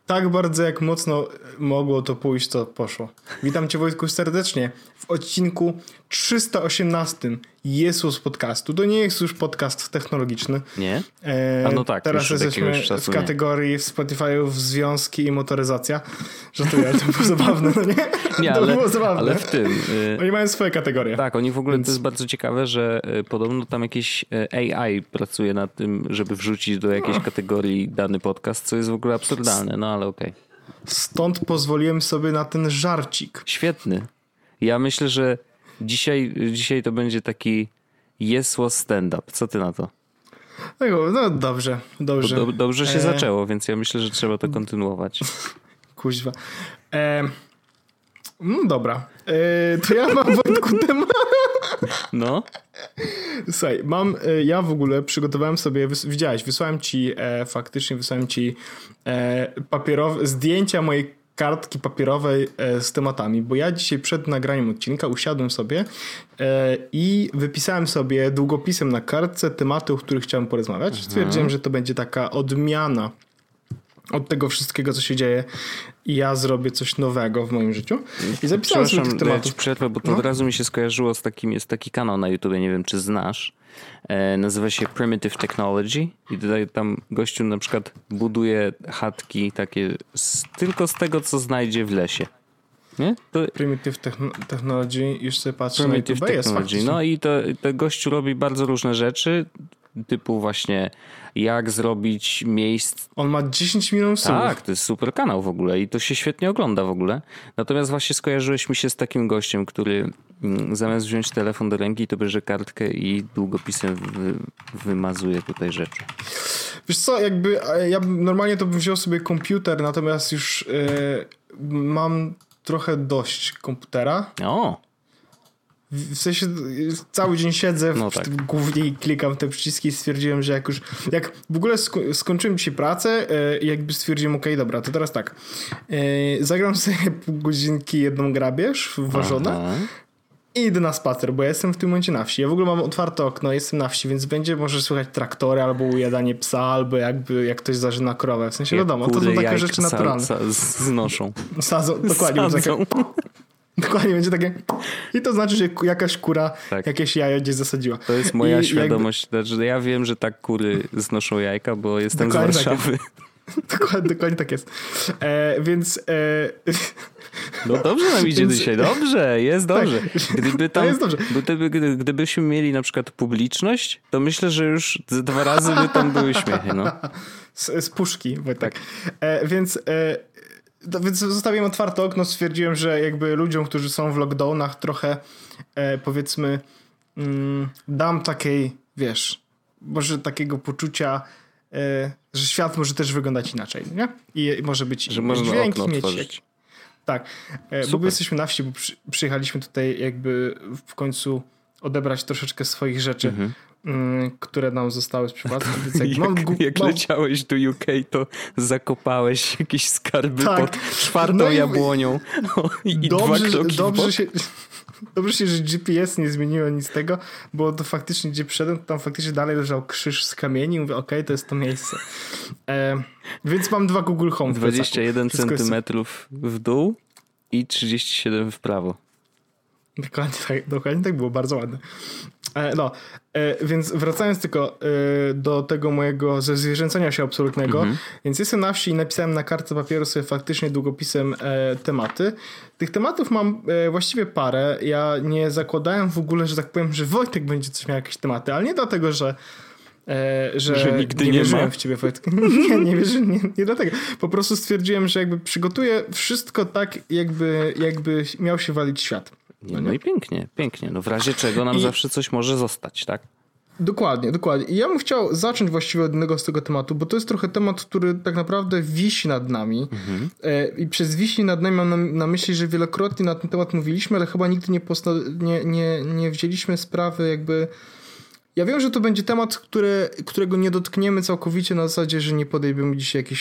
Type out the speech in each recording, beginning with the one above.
Tak bardzo jak mocno mogło to pójść, to poszło. Witam cię, Wojtku, serdecznie w odcinku 318 Jesus Podcastu. To nie jest już podcast technologiczny. Nie? A no tak. Teraz jesteśmy w kategorii Spotify'ów związki i motoryzacja. Żartuję, ale to było zabawne, no nie? Nie, to było zabawne. Ale w tym... Oni mają swoje kategorie. Tak, oni w ogóle, to jest bardzo ciekawe, że podobno tam jakieś AI pracuje nad tym, żeby wrzucić do jakiejś kategorii dany podcast, co jest w ogóle absurdalne, no ale okej. Stąd pozwoliłem sobie na ten żarcik. Świetny. Ja myślę, że dzisiaj to będzie taki Yes Was stand-up. Co ty na to? No dobrze. Dobrze się zaczęło, więc ja myślę, że trzeba to kontynuować. Kuźwa. No dobra. To ja mam, Wojtku, temat. No. Słuchaj, ja w ogóle przygotowałem sobie, widziałeś, wysłałem ci zdjęcia mojej kartki papierowej z tematami, bo ja dzisiaj przed nagraniem odcinka usiadłem sobie i wypisałem sobie długopisem na kartce tematy, o których chciałem porozmawiać. Stwierdziłem, że to będzie taka odmiana od tego wszystkiego, co się dzieje i ja zrobię coś nowego w moim życiu. I zapisałem sobie tych tematów. Ja przerwę, bo to od razu mi się skojarzyło z takim, jest taki kanał na YouTubie, nie wiem czy znasz, nazywa się Primitive Technology i tutaj tam gościu na przykład buduje chatki takie tylko z tego, co znajdzie w lesie. Nie? Primitive Technology, już sobie patrzę Primitive na YouTube, Technology. No i to gościu robi bardzo różne rzeczy, typu właśnie jak zrobić miejsc. On ma 10 milionów subów. Tak, to jest super kanał w ogóle i to się świetnie ogląda w ogóle. Natomiast właśnie skojarzyłeś mi się z takim gościem, który zamiast wziąć telefon do ręki, to bierze kartkę i długopisem wymazuje tutaj rzeczy. Wiesz co, jakby ja normalnie to bym wziął sobie komputer, natomiast już mam trochę dość komputera. O! W sensie cały dzień siedzę tak. głównie i klikam te przyciski i stwierdziłem, że jak w ogóle skończyłem dzisiaj pracę i jakby stwierdziłem, okej, dobra, to teraz tak, zagram sobie pół godzinki jedną grabież ważone i idę na spacer, bo ja jestem w tym momencie na wsi. Ja w ogóle mam otwarte okno, jestem na wsi, więc będzie może słychać traktory albo ujadanie psa, albo jak ktoś zarzyna krowę. W sensie wiadomo, to są takie rzeczy naturalne. Znoszą. Sadzą, dokładnie. Dokładnie, będzie takie. I to znaczy, że jakaś kura jakieś jajo gdzieś zasadziła. To jest moja świadomość. Znaczy, ja wiem, że tak kury znoszą jajka, bo jestem dokładnie z Warszawy. Dokładnie tak jest. Więc... No dobrze nam idzie dzisiaj. Dobrze, jest dobrze. Tak. Gdyby tam, jest dobrze. Gdybyśmy mieli na przykład publiczność, to myślę, że już 2 razy by tam były śmiechy. No. Z puszki. Tak. Więc zostawiłem otwarte okno, stwierdziłem, że jakby ludziom, którzy są w lockdownach trochę powiedzmy dam takiej, wiesz, może takiego poczucia, że świat może też wyglądać inaczej, nie? I może być że można dźwięki okno mieć. otworzyć. Tak, bo jesteśmy na wsi, bo przyjechaliśmy tutaj jakby w końcu odebrać troszeczkę swoich rzeczy, które nam zostały z przypadku. Jak leciałeś do UK, to zakopałeś jakieś skarby pod 4. jabłonią i dobrze, 2 kroki Dobrze się, że GPS nie zmieniło nic z tego, bo to faktycznie, gdzie przyszedłem, to tam faktycznie dalej leżał krzyż z kamieni i mówię, okej, to jest to miejsce. Więc mam 2 Google Home. 21 centymetrów w dół i 37 w prawo. Dokładnie tak było, bardzo ładne. Więc wracając tylko do tego mojego zezwierzęcenia się absolutnego, więc jestem na wsi i napisałem na kartce papieru sobie faktycznie długopisem tematy. Tych tematów mam właściwie parę. Ja nie zakładałem w ogóle, że tak powiem, że Wojtek będzie coś miał jakieś tematy, ale nie dlatego, że nigdy nie wierzyłem ma. w ciebie, Wojtek. Nie wierzyłem, nie dlatego. Po prostu stwierdziłem, że jakby przygotuję wszystko tak, jakby miał się walić świat. No i pięknie. No w razie czego nam zawsze coś może zostać, tak? Dokładnie. I ja bym chciał zacząć właściwie od jednego z tego tematu, bo to jest trochę temat, który tak naprawdę wisi nad nami. I przez wisi nad nami mam na myśli, że wielokrotnie na ten temat mówiliśmy, ale chyba nigdy nie wzięliśmy sprawy jakby... Ja wiem, że to będzie temat, którego nie dotkniemy całkowicie na zasadzie, że nie podejmiemy dzisiaj jakichś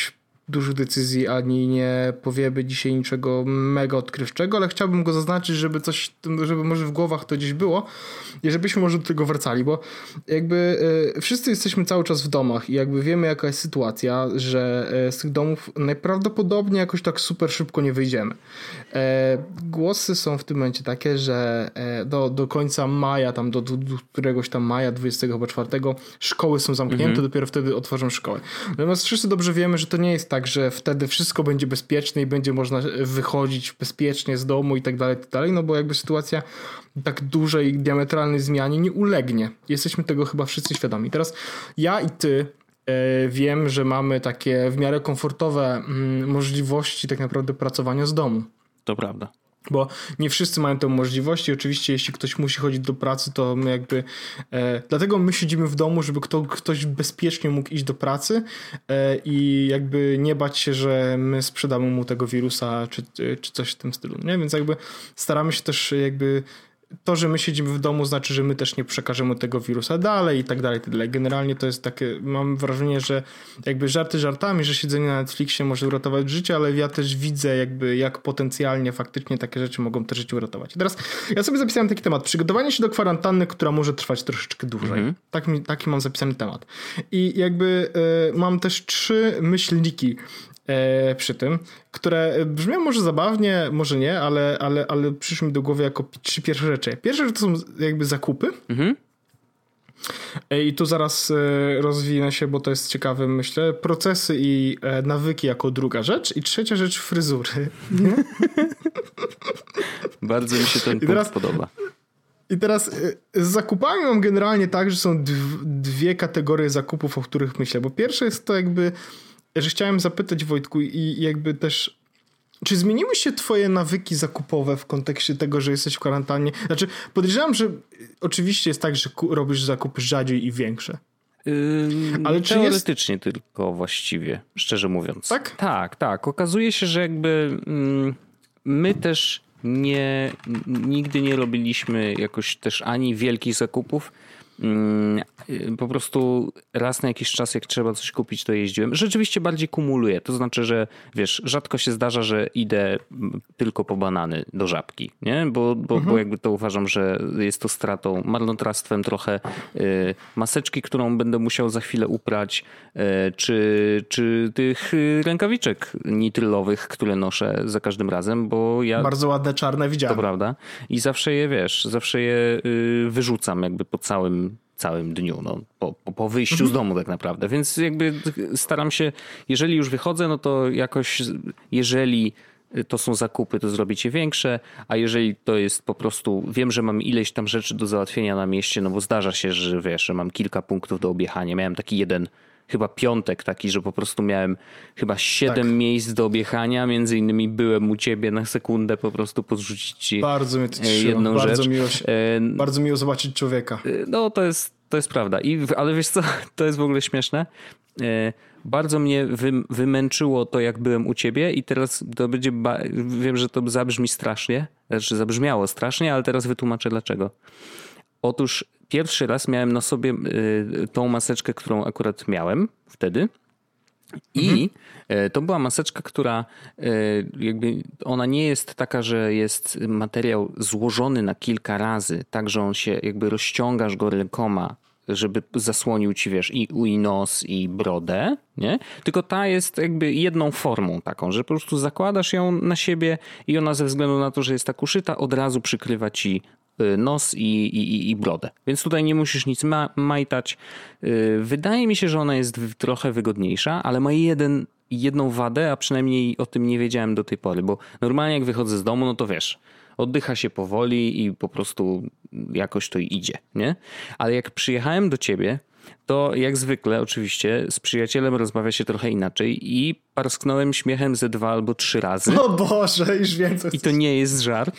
dużych decyzji, ani nie powiemy dzisiaj niczego mega odkrywczego, ale chciałbym go zaznaczyć, żeby może w głowach to gdzieś było i żebyśmy może do tego wracali, bo jakby wszyscy jesteśmy cały czas w domach i jakby wiemy, jaka jest sytuacja, że z tych domów najprawdopodobniej jakoś tak super szybko nie wyjdziemy. Głosy są w tym momencie takie, że do końca maja, tam do któregoś tam maja, 24 szkoły są zamknięte, dopiero wtedy otworzą szkołę. Natomiast wszyscy dobrze wiemy, że to nie jest tak, że wtedy wszystko będzie bezpieczne i będzie można wychodzić bezpiecznie z domu i tak dalej, no bo jakby sytuacja tak dużej, diametralnej zmianie nie ulegnie. Jesteśmy tego chyba wszyscy świadomi. Teraz ja i ty wiem, że mamy takie w miarę komfortowe możliwości tak naprawdę pracowania z domu. To prawda. Bo nie wszyscy mają tę możliwość i oczywiście jeśli ktoś musi chodzić do pracy, to my jakby dlatego my siedzimy w domu, żeby ktoś bezpiecznie mógł iść do pracy i jakby nie bać się, że my sprzedamy mu tego wirusa czy coś w tym stylu, nie? Więc jakby staramy się też jakby to, że my siedzimy w domu, znaczy, że my też nie przekażemy tego wirusa dalej i tak dalej. Generalnie to jest takie, mam wrażenie, że jakby żarty żartami, że siedzenie na Netflixie może uratować życie, ale ja też widzę jakby jak potencjalnie faktycznie takie rzeczy mogą te życie uratować. I teraz ja sobie zapisałem taki temat. Przygotowanie się do kwarantanny, która może trwać troszeczkę dłużej. Taki mam zapisany temat. I jakby mam też 3 myślniki przy tym, które brzmią może zabawnie, może nie, ale przyszły mi do głowy jako 3 pierwsze rzeczy. Pierwsze to są jakby zakupy. I tu zaraz rozwinę się, bo to jest ciekawe, myślę. Procesy i nawyki jako druga rzecz. I trzecia rzecz, fryzury. Bardzo mi się ten punkt podoba. I teraz z zakupami mam generalnie tak, że są 2 kategorie zakupów, o których myślę. Bo pierwsze jest to jakby, że chciałem zapytać, Wojtku, i jakby też, czy zmieniły się twoje nawyki zakupowe w kontekście tego, że jesteś w kwarantannie? Znaczy, podejrzewam, że oczywiście jest tak, że robisz zakupy rzadziej i większe. Ale czy teoretycznie tylko właściwie, szczerze mówiąc. Tak? Tak. Okazuje się, że jakby my też nigdy nie robiliśmy jakoś też ani wielkich zakupów. Po prostu raz na jakiś czas, jak trzeba coś kupić, to jeździłem. Rzeczywiście bardziej kumuluję. To znaczy, że wiesz, rzadko się zdarza, że idę tylko po banany do Żabki, nie? Bo jakby to uważam, że jest to stratą, marnotrawstwem trochę maseczki, którą będę musiał za chwilę uprać, czy tych rękawiczek nitrylowych, które noszę za każdym razem, bo ja... Bardzo ładne, czarne, widziałem. To prawda. I zawsze je wyrzucam jakby po całym dniu, no, po wyjściu z domu tak naprawdę. Więc jakby staram się, jeżeli już wychodzę, no to jakoś, jeżeli to są zakupy, to zrobić je większe, a jeżeli to jest po prostu, wiem, że mam ileś tam rzeczy do załatwienia na mieście, no bo zdarza się, że wiesz, że mam kilka punktów do objechania. Miałem taki jeden chyba piątek taki, że po prostu miałem chyba 7 miejsc do objechania. Między innymi byłem u ciebie na sekundę po prostu podrzucić ci bardzo mnie to jedną rzecz. Bardzo miło zobaczyć człowieka. No to jest prawda. Ale wiesz co, to jest w ogóle śmieszne. Bardzo mnie wymęczyło to, jak byłem u ciebie i teraz to będzie, wiem, że to zabrzmi strasznie, znaczy zabrzmiało strasznie, ale teraz wytłumaczę dlaczego. Otóż pierwszy raz miałem na sobie tą maseczkę, którą akurat miałem wtedy i to była maseczka, która jakby ona nie jest taka, że jest materiał złożony na kilka razy, tak, że on się jakby rozciągasz go rękoma, żeby zasłonił ci, wiesz, i nos, i brodę, nie? Tylko ta jest jakby jedną formą taką, że po prostu zakładasz ją na siebie i ona ze względu na to, że jest tak uszyta, od razu przykrywa ci nos i brodę. Więc tutaj nie musisz nic majtać. Wydaje mi się, że ona jest trochę wygodniejsza, ale ma jedną wadę, a przynajmniej o tym nie wiedziałem do tej pory, bo normalnie jak wychodzę z domu, no to wiesz, oddycha się powoli i po prostu jakoś to idzie, nie? Ale jak przyjechałem do ciebie, to jak zwykle oczywiście z przyjacielem rozmawia się trochę inaczej i parsknąłem śmiechem ze 2 albo 3 razy. O Boże, już wiem co I to nie jest żart,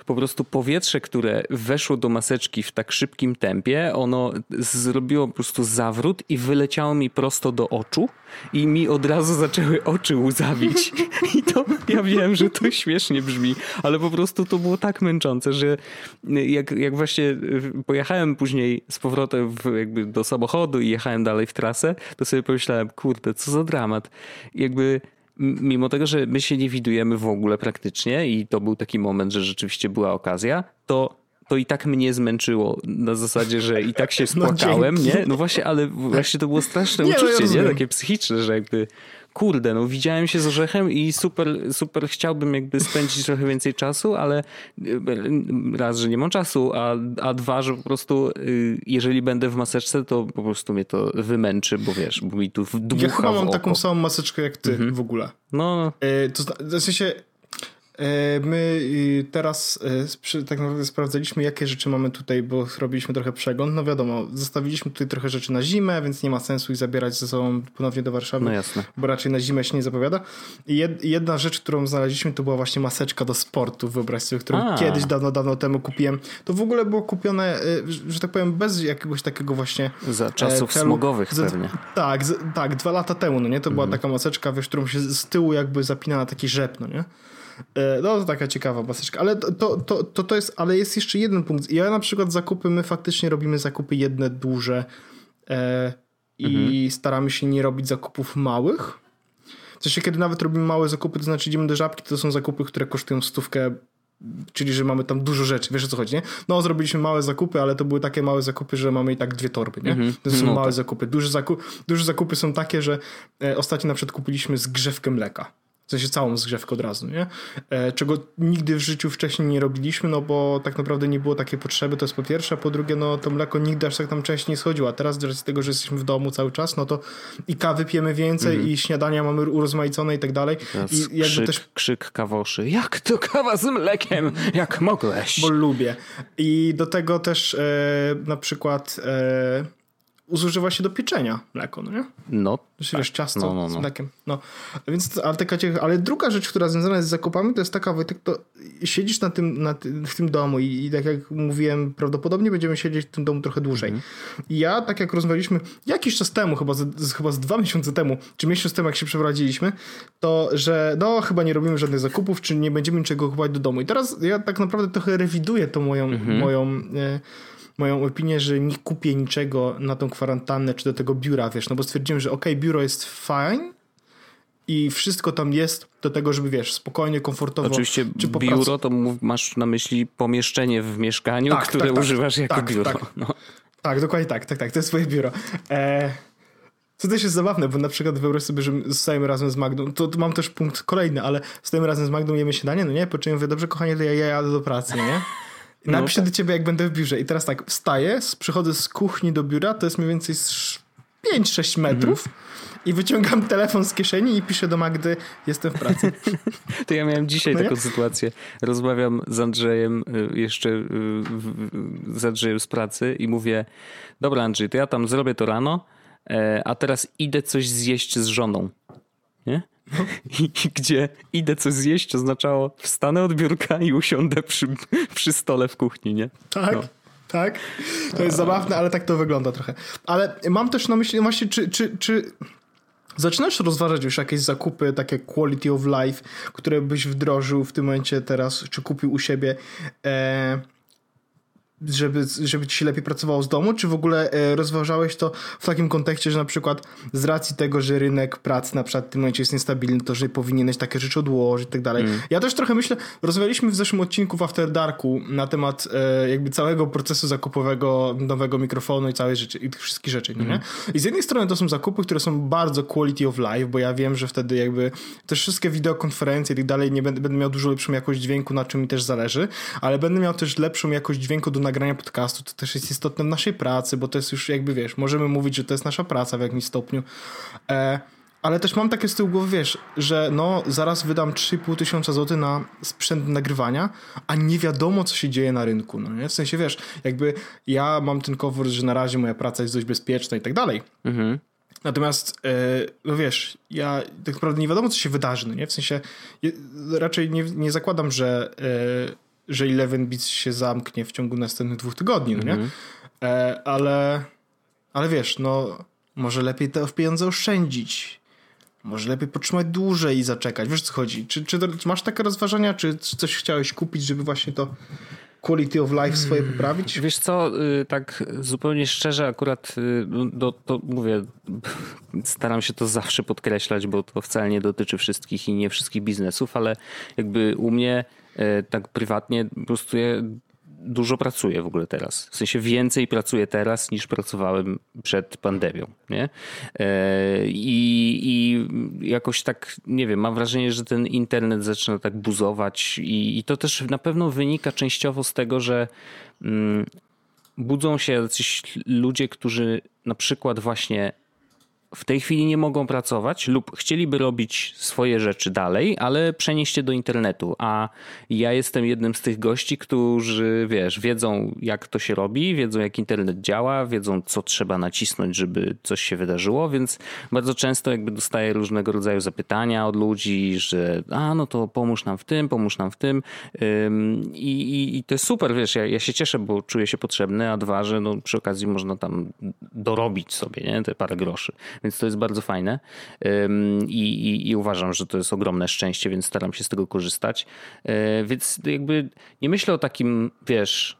po prostu powietrze, które weszło do maseczki w tak szybkim tempie, ono zrobiło po prostu zawrót i wyleciało mi prosto do oczu i mi od razu zaczęły oczy łzawić. I to ja wiem, że to śmiesznie brzmi, ale po prostu to było tak męczące, że jak właśnie pojechałem później z powrotem jakby do samochodu i jechałem dalej w trasę, to sobie pomyślałem, kurde, co za dramat. Jakby mimo tego, że my się nie widujemy w ogóle praktycznie i to był taki moment, że rzeczywiście była okazja, to i tak mnie zmęczyło na zasadzie, że i tak się spłakałem, nie? No właśnie, ale właśnie to było straszne uczucie, nie? Takie psychiczne, że jakby kurde, no widziałem się z Orzechem i super chciałbym jakby spędzić trochę więcej czasu, ale raz, że nie mam czasu, a dwa, że po prostu jeżeli będę w maseczce, to po prostu mnie to wymęczy, bo wiesz, bo mi tu dmucha Ja chyba mam w oko. taką samą maseczkę jak ty w ogóle. No. W sensie my teraz tak naprawdę sprawdzaliśmy, jakie rzeczy mamy tutaj, bo robiliśmy trochę przegląd. No wiadomo, zostawiliśmy tutaj trochę rzeczy na zimę, więc nie ma sensu ich zabierać ze sobą ponownie do Warszawy. No jasne. Bo raczej na zimę się nie zapowiada. I jedna rzecz, którą znaleźliśmy, to była właśnie maseczka do sportu, wyobraź sobie, którą kiedyś dawno temu kupiłem. To w ogóle było kupione, że tak powiem, bez jakiegoś takiego właśnie za czasów smogowych pewnie. Tak, 2 lata temu, no nie? To była taka maseczka, wiesz, którą się z tyłu jakby zapina na taki rzep, no nie? No to taka ciekawa maseczka, ale to jest, ale jest jeszcze jeden punkt. Ja na przykład my faktycznie robimy zakupy jedne duże i staramy się nie robić zakupów małych. W sensie, kiedy nawet robimy małe zakupy, to znaczy idziemy do Żabki, to są zakupy, które kosztują 100, czyli że mamy tam dużo rzeczy, wiesz o co chodzi, nie? No zrobiliśmy małe zakupy, ale to były takie małe zakupy, że mamy i tak 2 torby, nie? To są małe zakupy. Duże zakupy są takie, że ostatnio na przykład kupiliśmy zgrzewkę mleka. W sensie całą zgrzewkę od razu, nie? Czego nigdy w życiu wcześniej nie robiliśmy, no bo tak naprawdę nie było takiej potrzeby, to jest po pierwsze, a po drugie, no to mleko nigdy aż tak tam częściej nie schodziło, a teraz z tego, że jesteśmy w domu cały czas, no to i kawy pijemy więcej i śniadania mamy urozmaicone i tak dalej. I jakby krzyk kawoszy. Jak to kawa z mlekiem? Jak mogłeś? Bo lubię. I do tego też na przykład zużywa się do pieczenia mleko, no nie? No. Wiesz, ciasto z mlekiem. No. Więc, ale druga rzecz, która związana jest z zakupami, to jest taka, Wojtek, to siedzisz w tym domu i tak jak mówiłem, prawdopodobnie będziemy siedzieć w tym domu trochę dłużej. I ja, tak jak rozmawialiśmy jakiś czas temu, chyba z 2 miesiące temu, czy miesiąc temu, jak się przeprowadziliśmy, to, że no chyba nie robimy żadnych zakupów, czy nie będziemy niczego kupować do domu. I teraz ja tak naprawdę trochę rewiduję tą moją opinię, że nie kupię niczego na tą kwarantannę czy do tego biura, wiesz, no bo stwierdziłem, że biuro jest fajne i wszystko tam jest do tego, żeby, wiesz, spokojnie, komfortowo. Oczywiście czy biuro to masz na myśli pomieszczenie w mieszkaniu, które używasz jako biuro. No. Tak, dokładnie tak, to jest swoje biuro. Co też jest zabawne, bo na przykład wyobraź sobie, że zostajemy razem z Magdą, to mam też punkt kolejny, ale stajemy razem z Magdą, jemy śniadanie, no nie? Po czym mówię, dobrze kochanie, to ja jadę do pracy, nie? Napiszę do ciebie, jak będę w biurze. I teraz tak, wstaję, przychodzę z kuchni do biura, to jest mniej więcej 5-6 metrów i wyciągam telefon z kieszeni i piszę do Magdy, jestem w pracy. To ja miałem dzisiaj taką sytuację. Rozmawiam z Andrzejem z Andrzejem z pracy i mówię, dobra Andrzej, to ja tam zrobię to rano, a teraz idę coś zjeść z żoną. Nie? I gdzie idę coś zjeść oznaczało wstanę od biurka i usiądę przy stole w kuchni, nie? Tak, tak. To jest zabawne, ale tak to wygląda trochę. Ale mam też na myśli właśnie, czy zaczynasz rozważać już jakieś zakupy, takie quality of life, które byś wdrożył w tym momencie teraz, czy kupił u siebie, żeby ci się lepiej pracowało z domu, czy w ogóle rozważałeś to w takim kontekście, że na przykład z racji tego, że rynek pracy na przykład w tym momencie jest niestabilny, to że powinieneś takie rzeczy odłożyć i tak dalej. Ja też trochę myślę, rozmawialiśmy w zeszłym odcinku w After Darku na temat jakby całego procesu zakupowego, nowego mikrofonu i całej rzeczy, i tych wszystkich rzeczy, nie? I z jednej strony to są zakupy, które są bardzo quality of life, bo ja wiem, że wtedy jakby też wszystkie wideokonferencje i tak dalej, nie będę miał dużo lepszą jakość dźwięku, na czym mi też zależy, ale będę miał też lepszą jakość dźwięku do nagrania podcastu, to też jest istotne w naszej pracy, bo to jest już jakby, wiesz, możemy mówić, że to jest nasza praca w jakimś stopniu, ale też mam takie z tyłu głowy, wiesz, że no zaraz wydam 3,5 tysiąca złotych na sprzęt nagrywania, a nie wiadomo, co się dzieje na rynku, no nie? W sensie, wiesz, jakby ja mam ten komfort, że na razie moja praca jest dość bezpieczna i tak dalej. Natomiast, no wiesz, ja tak naprawdę nie wiadomo, co się wydarzy, no nie? W sensie raczej nie zakładam, że że 11bits się zamknie w ciągu następnych 2 tygodni, no nie? Ale wiesz, no może lepiej te pieniądze oszczędzić. Może lepiej potrzymać dłużej i zaczekać. Wiesz, co chodzi? Czy masz takie rozważania, czy coś chciałeś kupić, żeby właśnie to quality of life swoje poprawić? Wiesz co, tak zupełnie szczerze akurat to mówię, staram się to zawsze podkreślać, bo to wcale nie dotyczy wszystkich i nie wszystkich biznesów, ale jakby u mnie tak prywatnie po prostu dużo pracuję w ogóle teraz. W sensie więcej pracuję teraz niż pracowałem przed pandemią. Nie? I jakoś tak, nie wiem, mam wrażenie, że ten internet zaczyna tak buzować i to też na pewno wynika częściowo z tego, że budzą się jacyś ludzie, którzy na przykład właśnie w tej chwili nie mogą pracować lub chcieliby robić swoje rzeczy dalej, ale przenieść się do internetu. A ja jestem jednym z tych gości, którzy, wiesz, wiedzą jak to się robi, wiedzą jak internet działa, wiedzą co trzeba nacisnąć, żeby coś się wydarzyło, więc bardzo często jakby dostaję różnego rodzaju zapytania od ludzi, że no to pomóż nam w tym, pomóż nam w tym. I to jest super, wiesz, ja się cieszę, bo czuję się potrzebny, a dwa, że no przy okazji można tam dorobić sobie, nie, te parę groszy. Więc to jest bardzo fajne i uważam, że to jest ogromne szczęście, więc staram się z tego korzystać. Więc jakby nie myślę o takim, wiesz,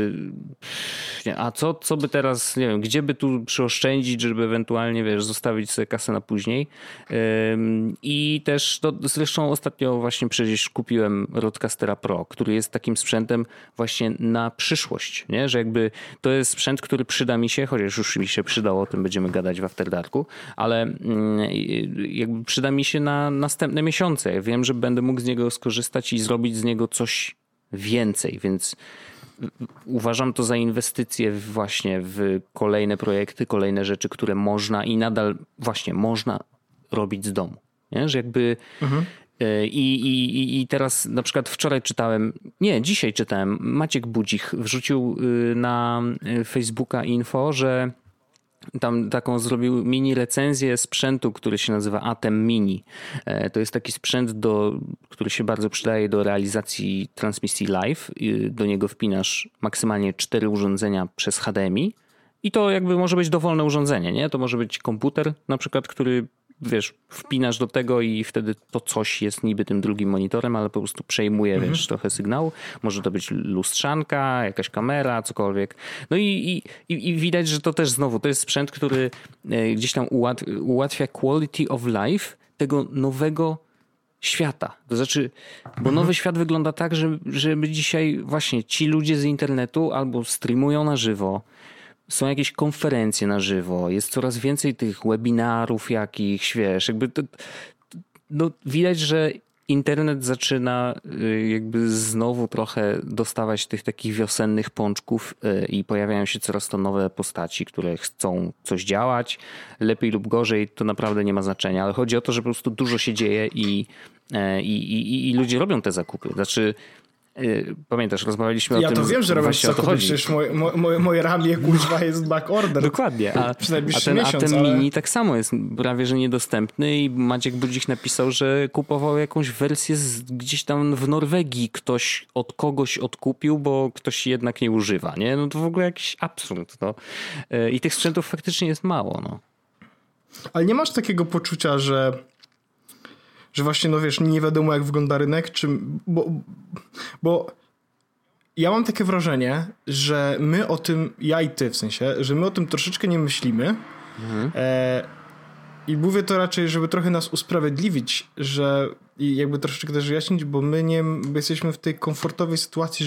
a co by teraz, nie wiem, gdzie by tu przyoszczędzić, żeby ewentualnie, wiesz, zostawić sobie kasę na później. I też zresztą ostatnio właśnie przecież kupiłem Rodecastera Pro, który jest takim sprzętem właśnie na przyszłość, nie? Że jakby to jest sprzęt, który przyda mi się, chociaż już mi się przydało, o tym będziemy gadać w After Darku, ale jakby przyda mi się na następne miesiące. Ja wiem, że będę mógł z niego skorzystać i zrobić z niego coś więcej, więc uważam to za inwestycje właśnie w kolejne projekty, kolejne rzeczy, które można i nadal właśnie można robić z domu. Nie? Że jakby I teraz na przykład dzisiaj czytałem, Maciek Budzik wrzucił na Facebooka info, że tam taką zrobił mini recenzję sprzętu, który się nazywa Atem Mini. To jest taki sprzęt, który się bardzo przydaje do realizacji transmisji live. Do niego wpinasz maksymalnie 4 urządzenia przez HDMI i to jakby może być dowolne urządzenie, nie? To może być komputer na przykład, który wiesz, wpinasz do tego i wtedy to coś jest niby tym drugim monitorem, ale po prostu przejmuje, wiesz, trochę sygnału. Może to być lustrzanka, jakaś kamera, cokolwiek. No i widać, że to też znowu, to jest sprzęt, który gdzieś tam ułatwia quality of life tego nowego świata. To znaczy, bo nowy świat wygląda tak, żeby dzisiaj właśnie ci ludzie z internetu albo streamują na żywo, są jakieś konferencje na żywo, jest coraz więcej tych webinarów jakichś, wiesz, jakby widać, że internet zaczyna jakby znowu trochę dostawać tych takich wiosennych pączków i pojawiają się coraz to nowe postaci, które chcą coś działać, lepiej lub gorzej, to naprawdę nie ma znaczenia, ale chodzi o to, że po prostu dużo się dzieje i ludzie robią te zakupy. Znaczy, pamiętasz, rozmawialiśmy o tym. Ja to wiem, że robisz zakupy, przecież moje ramię kuźwa jest backorder. Dokładnie, a ten mini tak samo jest prawie, że niedostępny i Maciek Budzik napisał, że kupował jakąś wersję gdzieś tam w Norwegii, ktoś od kogoś odkupił, bo ktoś jednak nie używa, nie? No to w ogóle jakiś absurd, no. I tych sprzętów faktycznie jest mało, no. Ale nie masz takiego poczucia, że właśnie, no wiesz, nie wiadomo jak wygląda rynek, bo ja mam takie wrażenie, że my o tym, ja i ty w sensie, że my o tym troszeczkę nie myślimy i mówię to raczej, żeby trochę nas usprawiedliwić, że i jakby troszeczkę też wyjaśnić, bo my jesteśmy w tej komfortowej sytuacji,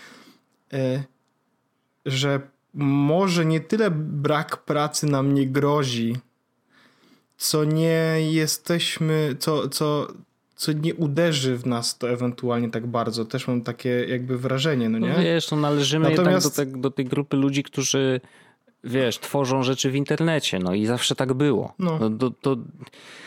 że może nie tyle brak pracy nam nie grozi, co nie jesteśmy, co nie uderzy w nas to ewentualnie tak bardzo. Też mam takie jakby wrażenie, no nie? No wiesz, należymy jednak do tej grupy ludzi, którzy, wiesz, tworzą rzeczy w internecie, no i zawsze tak było. No.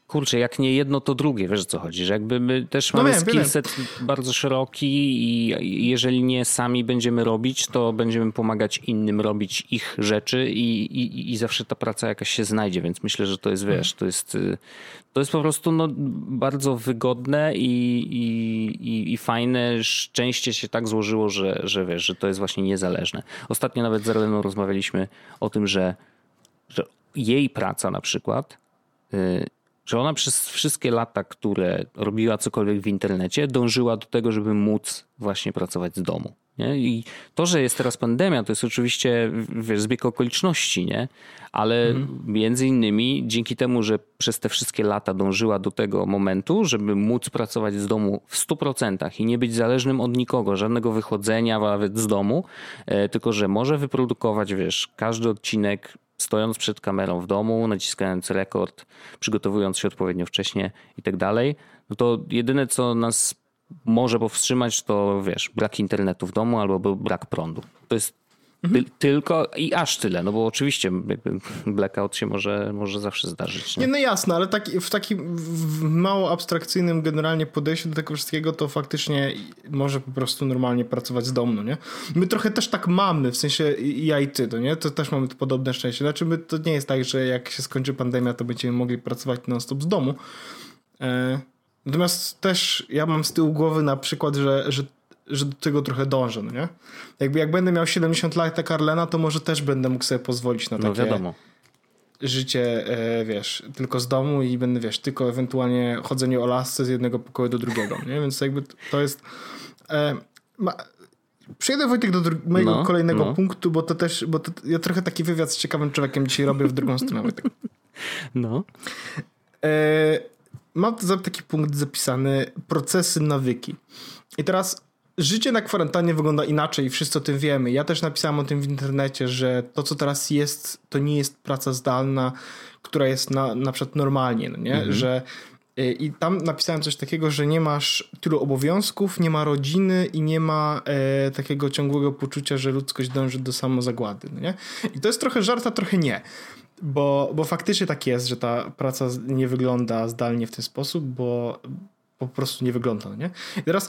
kurczę, jak nie jedno, to drugie, wiesz o co chodzi, że jakby my też mamy skillset bardzo szeroki i jeżeli nie sami będziemy robić, to będziemy pomagać innym robić ich rzeczy i zawsze ta praca jakaś się znajdzie, więc myślę, że to jest, wiesz, to jest po prostu bardzo wygodne i fajne. Szczęście się tak złożyło, że wiesz, że to jest właśnie niezależne. Ostatnio nawet z Arleną rozmawialiśmy o tym, że jej praca na przykład, że ona przez wszystkie lata, które robiła cokolwiek w internecie, dążyła do tego, żeby móc właśnie pracować z domu. Nie? I to, że jest teraz pandemia, to jest oczywiście, wiesz, zbieg okoliczności, nie? Ale między innymi dzięki temu, że przez te wszystkie lata dążyła do tego momentu, żeby móc pracować z domu w 100% i nie być zależnym od nikogo, żadnego wychodzenia nawet z domu, tylko że może wyprodukować, wiesz, każdy odcinek stojąc przed kamerą w domu, naciskając rekord, przygotowując się odpowiednio wcześnie i tak dalej, no to jedyne, co nas może powstrzymać, to wiesz, brak internetu w domu albo brak prądu. To jest tylko i aż tyle, no bo oczywiście blackout się może zawsze zdarzyć. Nie, no jasne, ale w takim mało abstrakcyjnym generalnie podejściu do tego wszystkiego, to faktycznie może po prostu normalnie pracować z domu, no nie? My trochę też tak mamy, w sensie ja i ty, no nie? To też mamy podobne szczęście. Znaczy to nie jest tak, że jak się skończy pandemia, to będziemy mogli pracować non-stop z domu. Natomiast też ja mam z tyłu głowy na przykład, że do tego trochę dążę, no nie? Jakby jak będę miał 70 lat jak Arlena, to może też będę mógł sobie pozwolić na takie życie, wiesz, tylko z domu i będę, wiesz, tylko ewentualnie chodzenie o lasce z jednego pokoju do drugiego, nie? Więc jakby to jest... Przejdę, Wojtek, do mojego kolejnego punktu, bo ja trochę taki wywiad z ciekawym człowiekiem dzisiaj robię w drugą stronę, Wojtek. Mam taki punkt zapisany, procesy, nawyki. I teraz życie na kwarantannie wygląda inaczej i wszyscy o tym wiemy. Ja też napisałem o tym w internecie, że to, co teraz jest, to nie jest praca zdalna, która jest na przykład normalnie, no nie? Że i tam napisałem coś takiego, że nie masz tylu obowiązków, nie ma rodziny i nie ma takiego ciągłego poczucia, że ludzkość dąży do samozagłady, no nie? I to jest trochę żart, a trochę nie. Bo faktycznie tak jest, że ta praca nie wygląda zdalnie w ten sposób, bo po prostu nie wygląda, no nie? I teraz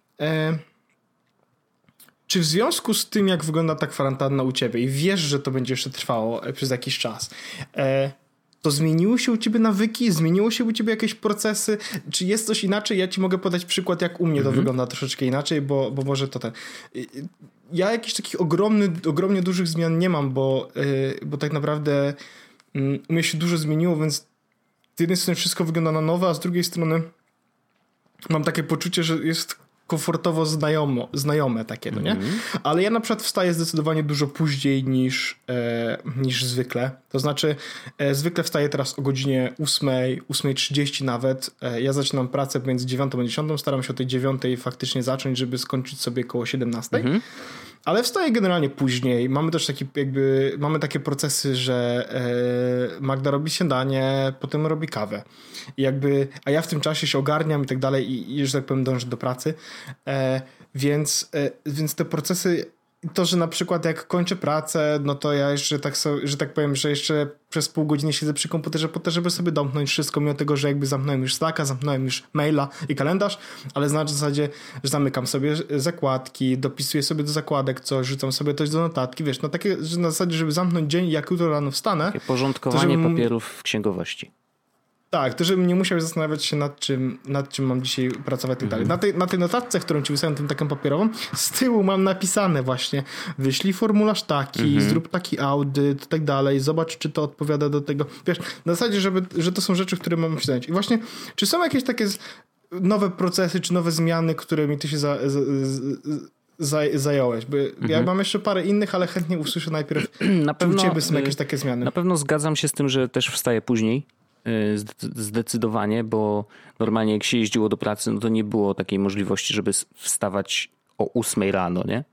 czy w związku z tym, jak wygląda ta kwarantanna u ciebie i wiesz, że to będzie jeszcze trwało przez jakiś czas, to zmieniły się u ciebie nawyki? Zmieniło się u ciebie jakieś procesy? Czy jest coś inaczej? Ja ci mogę podać przykład, jak u mnie to wygląda troszeczkę inaczej, bo może to ten... Ja jakichś takich ogromnie dużych zmian nie mam, bo tak naprawdę u mnie się dużo zmieniło, więc z jednej strony wszystko wygląda na nowo, a z drugiej strony mam takie poczucie, że jest komfortowo znajome takie, no nie? Ale ja na przykład wstaję zdecydowanie dużo później niż zwykle. To znaczy zwykle wstaję teraz o godzinie 8:30 nawet. Ja zaczynam pracę między 9 a 10. Staram się o tej 9 faktycznie zacząć, żeby skończyć sobie koło 17. Ale wstaję generalnie później. Mamy też mamy takie procesy, że Magda robi śniadanie, potem robi kawę. A ja w tym czasie się ogarniam i tak dalej i że tak powiem dążę do pracy. Więc te procesy, to, że na przykład jak kończę pracę, no to ja jeszcze że tak powiem, że jeszcze przez pół godziny siedzę przy komputerze po to, żeby sobie domknąć wszystko, mimo tego, że jakby zamknąłem już Slacka, zamknąłem już maila i kalendarz, ale na zasadzie, że zamykam sobie zakładki, dopisuję sobie do zakładek coś, rzucam sobie coś do notatki, wiesz, no takie, że na zasadzie, żeby zamknąć dzień, jak jutro rano wstanę. Takie porządkowanie papierów w księgowości. Tak, to żebym nie musiał zastanawiać się nad czym mam dzisiaj pracować i tak dalej. Na tej notatce, którą ci wysłałem, tym taką papierową, z tyłu mam napisane właśnie, wyślij formularz taki, zrób taki audyt i tak dalej, zobacz, czy to odpowiada do tego. Wiesz, na zasadzie, że to są rzeczy, które mam się zająć. I właśnie, czy są jakieś takie nowe procesy, czy nowe zmiany, którymi ty się zająłeś? Bo ja mam jeszcze parę innych, ale chętnie usłyszę najpierw, czy u ciebie są jakieś takie zmiany. Na pewno zgadzam się z tym, że też wstaję później. Zdecydowanie, bo normalnie jak się jeździło do pracy, no to nie było takiej możliwości, żeby wstawać o 8 rano, nie?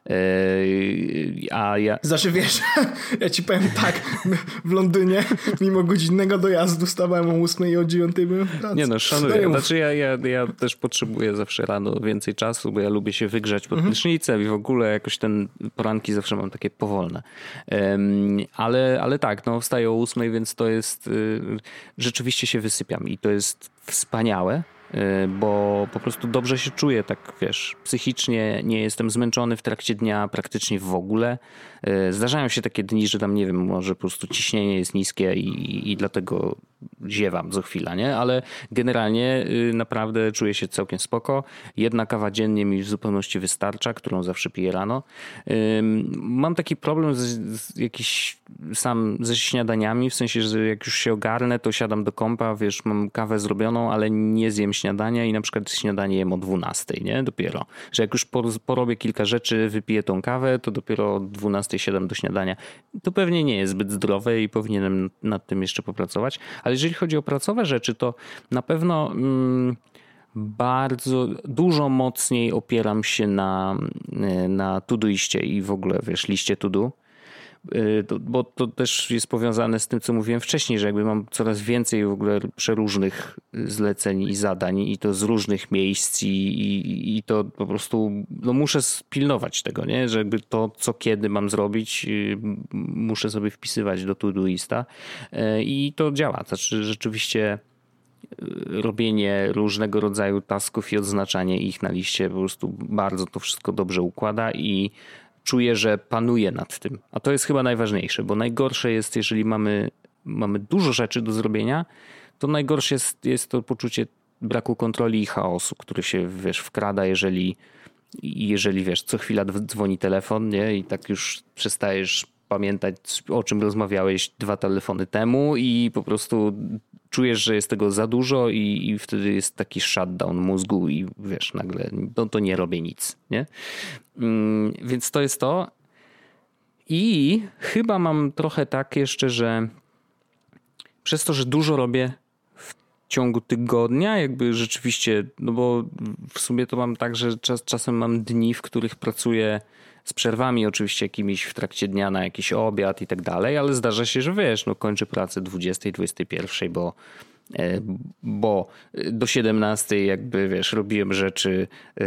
A ja... Znaczy wiesz, ja ci powiem tak, w Londynie mimo godzinnego dojazdu stawałem o 8 i o 9 byłem w pracy. Nie no, szanuję. Znaczy ja też potrzebuję zawsze rano więcej czasu, bo ja lubię się wygrzać pod prysznicem i w ogóle jakoś poranki zawsze mam takie powolne. Ale tak, no wstaję o 8, więc to jest... Rzeczywiście się wysypiam i to jest wspaniałe, bo po prostu dobrze się czuję, tak wiesz, psychicznie nie jestem zmęczony w trakcie dnia praktycznie w ogóle. Zdarzają się takie dni, że tam nie wiem, może po prostu ciśnienie jest niskie i dlatego ziewam co chwila, nie? Ale generalnie naprawdę czuję się całkiem spoko. 1 kawa dziennie mi w zupełności wystarcza, którą zawsze piję rano. Mam taki problem sam ze śniadaniami, w sensie, że jak już się ogarnę, to siadam do kompa, wiesz, mam kawę zrobioną, ale nie zjem śniadania i na przykład śniadanie jem o 12, nie? Dopiero. Że jak już porobię kilka rzeczy, wypiję tą kawę, to dopiero o 12 siadam do śniadania. To pewnie nie jest zbyt zdrowe i powinienem nad tym jeszcze popracować, ale jeżeli chodzi o pracowe rzeczy, to na pewno bardzo dużo mocniej opieram się na Todoiście i w ogóle, wiesz, liście to do. Bo to też jest powiązane z tym, co mówiłem wcześniej, że jakby mam coraz więcej w ogóle przeróżnych zleceń i zadań i to z różnych miejsc i to po prostu no muszę pilnować tego, nie? Że jakby to, co kiedy mam zrobić, muszę sobie wpisywać do Todoista i to działa. Znaczy rzeczywiście robienie różnego rodzaju tasków i odznaczanie ich na liście po prostu bardzo to wszystko dobrze układa i czuję, że panuję nad tym. A to jest chyba najważniejsze, bo najgorsze jest, jeżeli mamy dużo rzeczy do zrobienia, to najgorsze jest to poczucie braku kontroli i chaosu, który się, wiesz, wkrada, jeżeli wiesz, co chwila dzwoni telefon, nie? I tak już przestajesz pamiętać, o czym rozmawiałeś 2 telefony temu i po prostu czujesz, że jest tego za dużo i wtedy jest taki shutdown mózgu i wiesz, nagle no to nie robię nic, nie? Więc to jest to. I chyba mam trochę tak jeszcze, że przez to, że dużo robię w ciągu tygodnia, jakby rzeczywiście, no bo w sumie to mam tak, że czasem mam dni, w których pracuję z przerwami oczywiście jakimiś w trakcie dnia na jakiś obiad i tak dalej, ale zdarza się, że wiesz, no kończę pracę 20, 21, bo do 17 jakby wiesz, robiłem rzeczy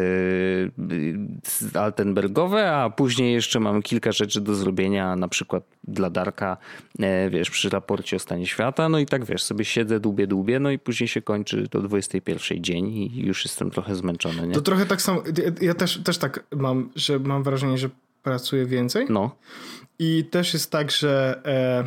altenbergowe, a później jeszcze mam kilka rzeczy do zrobienia, na przykład dla Darka, wiesz, przy raporcie o stanie świata, no i tak wiesz, sobie siedzę, dłubię, no i później się kończy do 21 dzień i już jestem trochę zmęczony, nie? To trochę tak samo, ja też tak mam, że mam wrażenie, że pracuję więcej. No. I też jest tak, że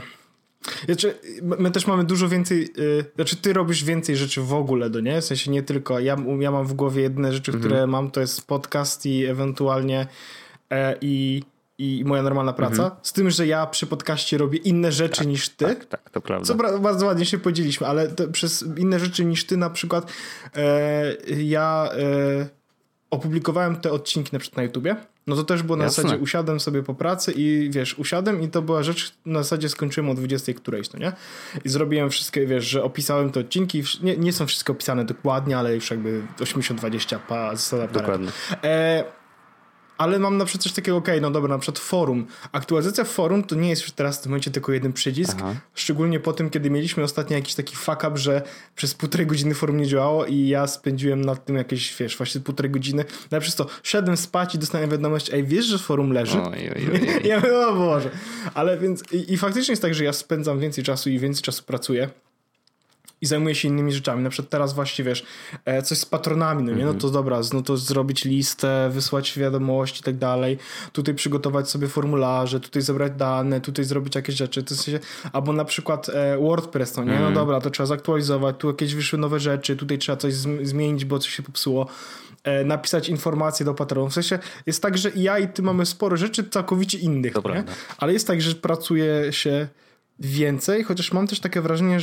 my też mamy dużo więcej, znaczy ty robisz więcej rzeczy w ogóle, nie? W sensie nie tylko, ja mam w głowie jedyne rzeczy, które mam, to jest podcast i ewentualnie i moja normalna praca. Z tym, że ja przy podcaście robię inne rzeczy niż ty. Tak, to prawda. Co bardzo ładnie się podzieliśmy, ale przez inne rzeczy niż ty na przykład ja opublikowałem te odcinki na przykład na YouTubie. No to też było na zasadzie usiadłem sobie po pracy i wiesz, usiadłem i to była rzecz, na zasadzie skończyłem o 20 którejś, no nie? I zrobiłem wszystkie, wiesz, że opisałem te odcinki, nie są wszystkie opisane dokładnie, ale już jakby 80-20 zasada. Dokładnie. Ale mam na przykład coś takiego, no dobra, na przykład forum. Aktualizacja forum to nie jest już teraz w tym momencie tylko jeden przycisk. Aha. Szczególnie po tym, kiedy mieliśmy ostatnio jakiś taki fuck up, że przez 1,5 godziny forum nie działało i ja spędziłem nad tym jakieś, wiesz, właśnie 1,5 godziny. No przez to szedłem spać i dostałem wiadomość, wiesz, że forum leży? Ja mówię, o Boże. Ale więc i faktycznie jest tak, że ja spędzam więcej czasu i więcej czasu pracuję. I zajmuję się innymi rzeczami. Na przykład teraz właśnie, wiesz, coś z patronami, no nie? No to dobra, no to zrobić listę, wysłać wiadomości i tak dalej. Tutaj przygotować sobie formularze, tutaj zebrać dane, tutaj zrobić jakieś rzeczy. To w sensie, albo na przykład WordPress, no nie? No dobra, to trzeba zaktualizować, tu jakieś wyszły nowe rzeczy, tutaj trzeba coś zmienić, bo coś się popsuło. Napisać informacje do patronów. W sensie jest tak, że ja i ty mamy sporo rzeczy całkowicie innych, dobra, nie? Ale jest tak, że pracuje się więcej, chociaż mam też takie wrażenie,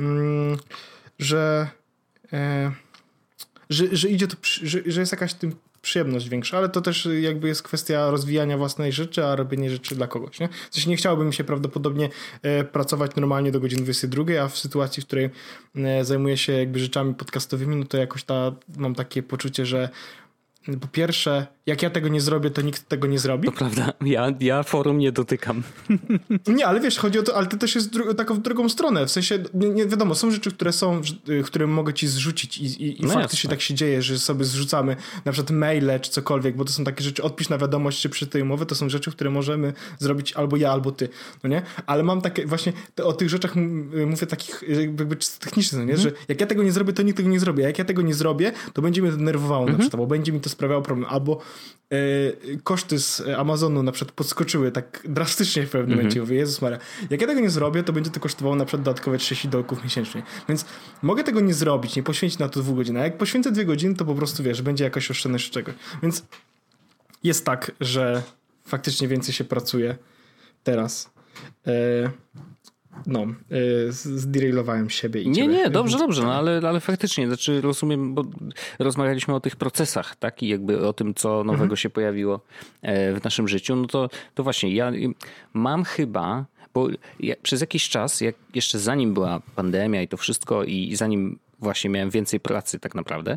że idzie to, że jest jakaś tym przyjemność większa, ale to też jakby jest kwestia rozwijania własnej rzeczy, a robienie rzeczy dla kogoś, nie? W sensie nie chciałbym się prawdopodobnie pracować normalnie do godziny 22, a w sytuacji, w której zajmuję się jakby rzeczami podcastowymi, no to jakoś mam takie poczucie, że po pierwsze, jak ja tego nie zrobię, to nikt tego nie zrobi. To prawda, ja forum nie dotykam. Nie, ale wiesz, chodzi o to, ale to też jest taką w drugą stronę. W sensie, nie wiadomo, są rzeczy, które mogę ci zrzucić i faktycznie tak się dzieje, że sobie zrzucamy na przykład maile czy cokolwiek, bo to są takie rzeczy, odpisz na wiadomość czy przy tej umowie, to są rzeczy, które możemy zrobić albo ja, albo ty, no nie? Ale mam takie właśnie, o tych rzeczach mówię takich jakby technicznych, no nie? Że jak ja tego nie zrobię, to nikt tego nie zrobi, a jak ja tego nie zrobię, to będzie mnie denerwowało na przykład, bo będzie mi to sprawiało problem, albo koszty z Amazonu na przykład podskoczyły tak drastycznie w pewnym momencie. Mówię, Jezus Maria, jak ja tego nie zrobię, to będzie to kosztowało na przykład dodatkowe $30 miesięcznie. Więc mogę tego nie zrobić, nie poświęcić na to 2 godzin. A jak poświęcę 2 godziny, to po prostu wiesz, będzie jakaś oszczędność czegoś. Więc jest tak, faktycznie więcej się pracuje teraz. Zderailowałem siebie i Nie, dobrze, no ale faktycznie, znaczy rozumiem, bo rozmawialiśmy o tych procesach, tak, i jakby o tym, co nowego się pojawiło w naszym życiu, no to właśnie ja mam chyba, bo przez jakiś czas, jak jeszcze zanim była pandemia i to wszystko i zanim właśnie miałem więcej pracy tak naprawdę,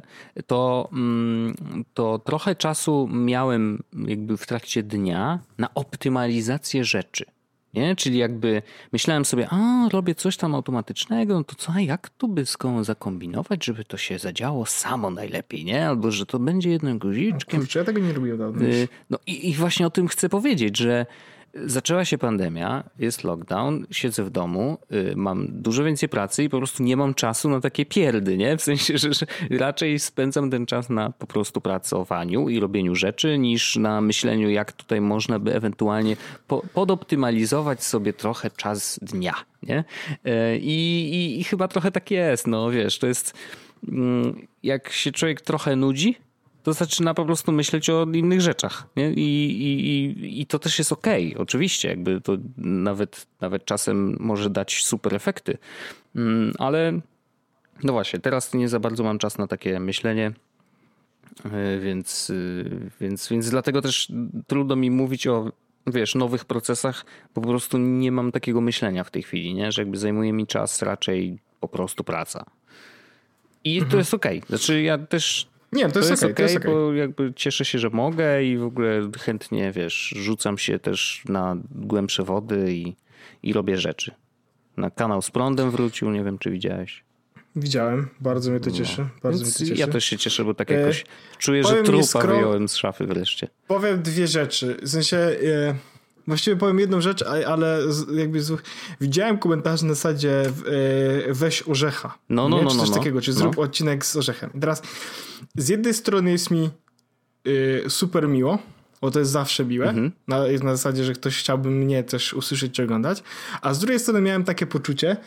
to trochę czasu miałem jakby w trakcie dnia na optymalizację rzeczy. Nie? Czyli jakby myślałem sobie, robię coś tam automatycznego, no to co, jak tu by zakombinować, żeby to się zadziało samo najlepiej, nie? Albo że to będzie jednym guziczkiem. Kurczę, ja tego nie robiłem dawno. No i właśnie o tym chcę powiedzieć, że zaczęła się pandemia, jest lockdown, siedzę w domu, mam dużo więcej pracy i po prostu nie mam czasu na takie pierdy, nie? W sensie, że raczej spędzam ten czas na po prostu pracowaniu i robieniu rzeczy, niż na myśleniu, jak tutaj można by ewentualnie podoptymalizować sobie trochę czas dnia, nie? I chyba trochę tak jest, no wiesz, to jest jak się człowiek trochę nudzi, to zaczyna po prostu myśleć o innych rzeczach. Nie? I to też jest okej. Oczywiście, jakby to nawet czasem może dać super efekty. Ale no właśnie, teraz nie za bardzo mam czas na takie myślenie, więc dlatego też trudno mi mówić o nowych procesach, bo po prostu nie mam takiego myślenia w tej chwili, nie? Że jakby zajmuje mi czas raczej po prostu praca. I to jest okej. Znaczy ja też... Nie, to jest okej, bo jakby cieszę się, że mogę i w ogóle chętnie, rzucam się też na głębsze wody i robię rzeczy. Na kanał z prądem wrócił, nie wiem, czy widziałeś. Widziałem, bardzo mnie to cieszy. Ja też się cieszę, bo tak jakoś czuję, że trupa wyjąłem z szafy wreszcie. Powiem 2 rzeczy. W sensie... Właściwie powiem jedną rzecz, ale jakby widziałem komentarz na zasadzie weź orzecha. Czy coś takiego, czy zrób odcinek z orzechem. I teraz z jednej strony jest mi super miło, bo to jest zawsze miłe. Na zasadzie, że ktoś chciałby mnie też usłyszeć czy oglądać. A z drugiej strony miałem takie poczucie,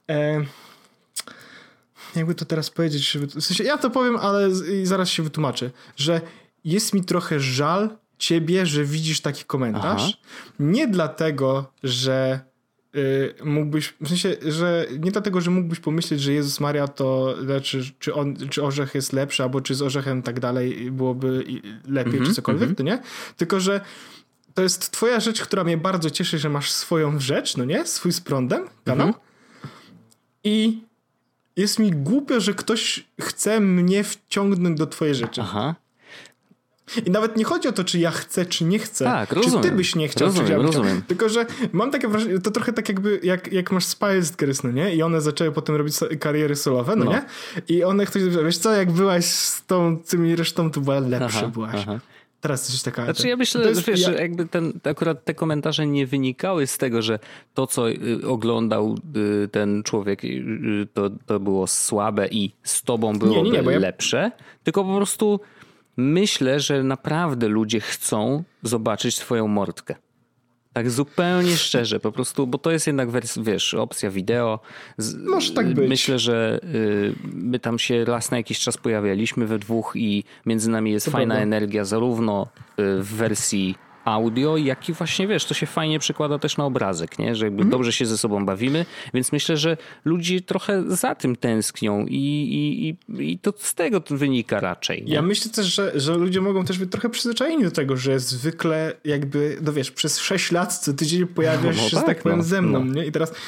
jakby to teraz powiedzieć, w sensie ja to powiem, ale zaraz się wytłumaczę, że jest mi trochę żal ciebie, że widzisz taki komentarz. Aha. Nie dlatego, że mógłbyś, w sensie, że nie dlatego, że mógłbyś pomyśleć, że Jezus Maria to, czy orzech jest lepszy, albo czy z orzechem tak dalej byłoby lepiej, czy cokolwiek, to nie? Tylko, że to jest twoja rzecz, która mnie bardzo cieszy, że masz swoją rzecz, no nie? Swój z prądem kanał. I jest mi głupio, że ktoś chce mnie wciągnąć do twojej rzeczy. Aha. I nawet nie chodzi o to, czy ja chcę, czy nie chcę. Tak, rozumiem. Czy ty byś nie chciał, rozumiem, czy ja bym rozumiem. chciał. Tylko, że mam takie wrażenie, to trochę tak jakby, jak masz Spice Girls, no nie? I one zaczęły potem robić kariery solowe, no nie? I one, wiesz co, jak byłaś z tymi resztą, to była lepsza byłaś. Teraz jesteś taka... Znaczy ja myślę, że jakby akurat te komentarze nie wynikały z tego, że to, co oglądał ten człowiek, to było słabe i z tobą byłoby lepsze, tylko po prostu myślę, że naprawdę ludzie chcą zobaczyć twoją mordkę. Tak zupełnie szczerze, po prostu, bo to jest jednak opcja wideo. Może tak być. Myślę, że my tam się raz na jakiś czas pojawialiśmy we dwóch i między nami jest fajna energia, zarówno w wersji audio, jak i właśnie, to się fajnie przekłada też na obrazek, nie? Że jakby dobrze się ze sobą bawimy, więc myślę, że ludzie trochę za tym tęsknią i to z tego to wynika raczej. Nie? Ja myślę też, że ludzie mogą też być trochę przyzwyczajeni do tego, że zwykle jakby, przez 6 lat co tydzień pojawiasz się, tak powiem, ze mną, nie? I teraz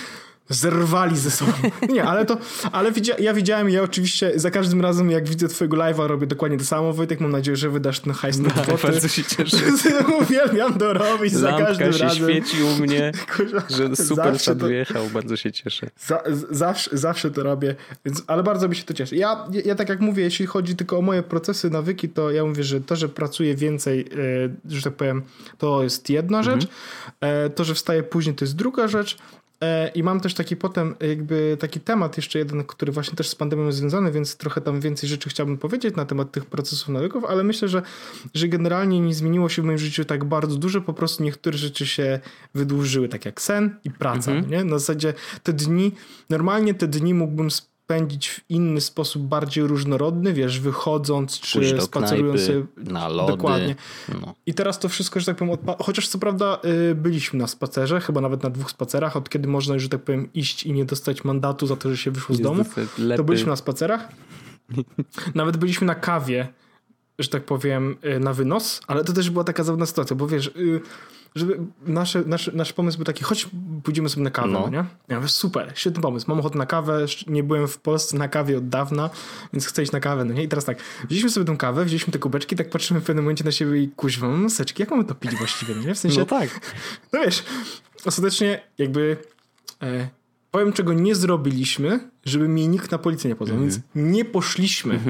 Zerwali ze sobą. Nie, ale ja widziałem, ja oczywiście za każdym razem, jak widzę twojego live'a, robię dokładnie to samo. Wojtek, mam nadzieję, że wydasz ten hajs na boty. Bardzo się cieszę. Uwielbiam to robić za każdym razem. Lampka się świeci u mnie, że super sad wyjechał. Bardzo się cieszę. Zawsze to robię, więc, ale bardzo mi się to cieszy. Ja tak jak mówię, jeśli chodzi tylko o moje procesy, nawyki, to ja mówię, że to, że pracuję więcej, że tak powiem, to jest jedna rzecz. To, że wstaję później, to jest druga rzecz. I mam też taki potem jakby taki temat jeszcze jeden, który właśnie też z pandemią jest związany, więc trochę tam więcej rzeczy chciałbym powiedzieć na temat tych procesów nawyków, ale myślę, że generalnie nie zmieniło się w moim życiu tak bardzo dużo, po prostu niektóre rzeczy się wydłużyły, tak jak sen i praca, nie? Na zasadzie normalnie te dni mógłbym spędzić w inny sposób, bardziej różnorodny, wiesz, wychodząc, czy spacerując sobie. Na lody. Dokładnie. No. I teraz to wszystko, że tak powiem, chociaż co prawda byliśmy na spacerze, chyba nawet na 2 spacerach, od kiedy można już, że tak powiem, iść i nie dostać mandatu za to, że się wyszło z domu, to byliśmy na spacerach. Nawet byliśmy na kawie, że tak powiem, na wynos, ale to też była taka zabawna sytuacja, bo wiesz, żeby nasz pomysł był taki, chodź pójdziemy sobie na kawę, no. Nie? Ja mówię, super, świetny pomysł, mam ochotę na kawę, nie byłem w Polsce na kawie od dawna, więc chcę iść na kawę, no nie? I teraz tak, wzięliśmy sobie tę kawę, wzięliśmy te kubeczki, tak patrzymy w pewnym momencie na siebie i kuźwa, mam maseczki, jak mamy to pić właściwie, nie? W sensie, no tak. No wiesz, ostatecznie jakby powiem, czego nie zrobiliśmy, żeby mnie nikt na policję nie pozwał, więc nie poszliśmy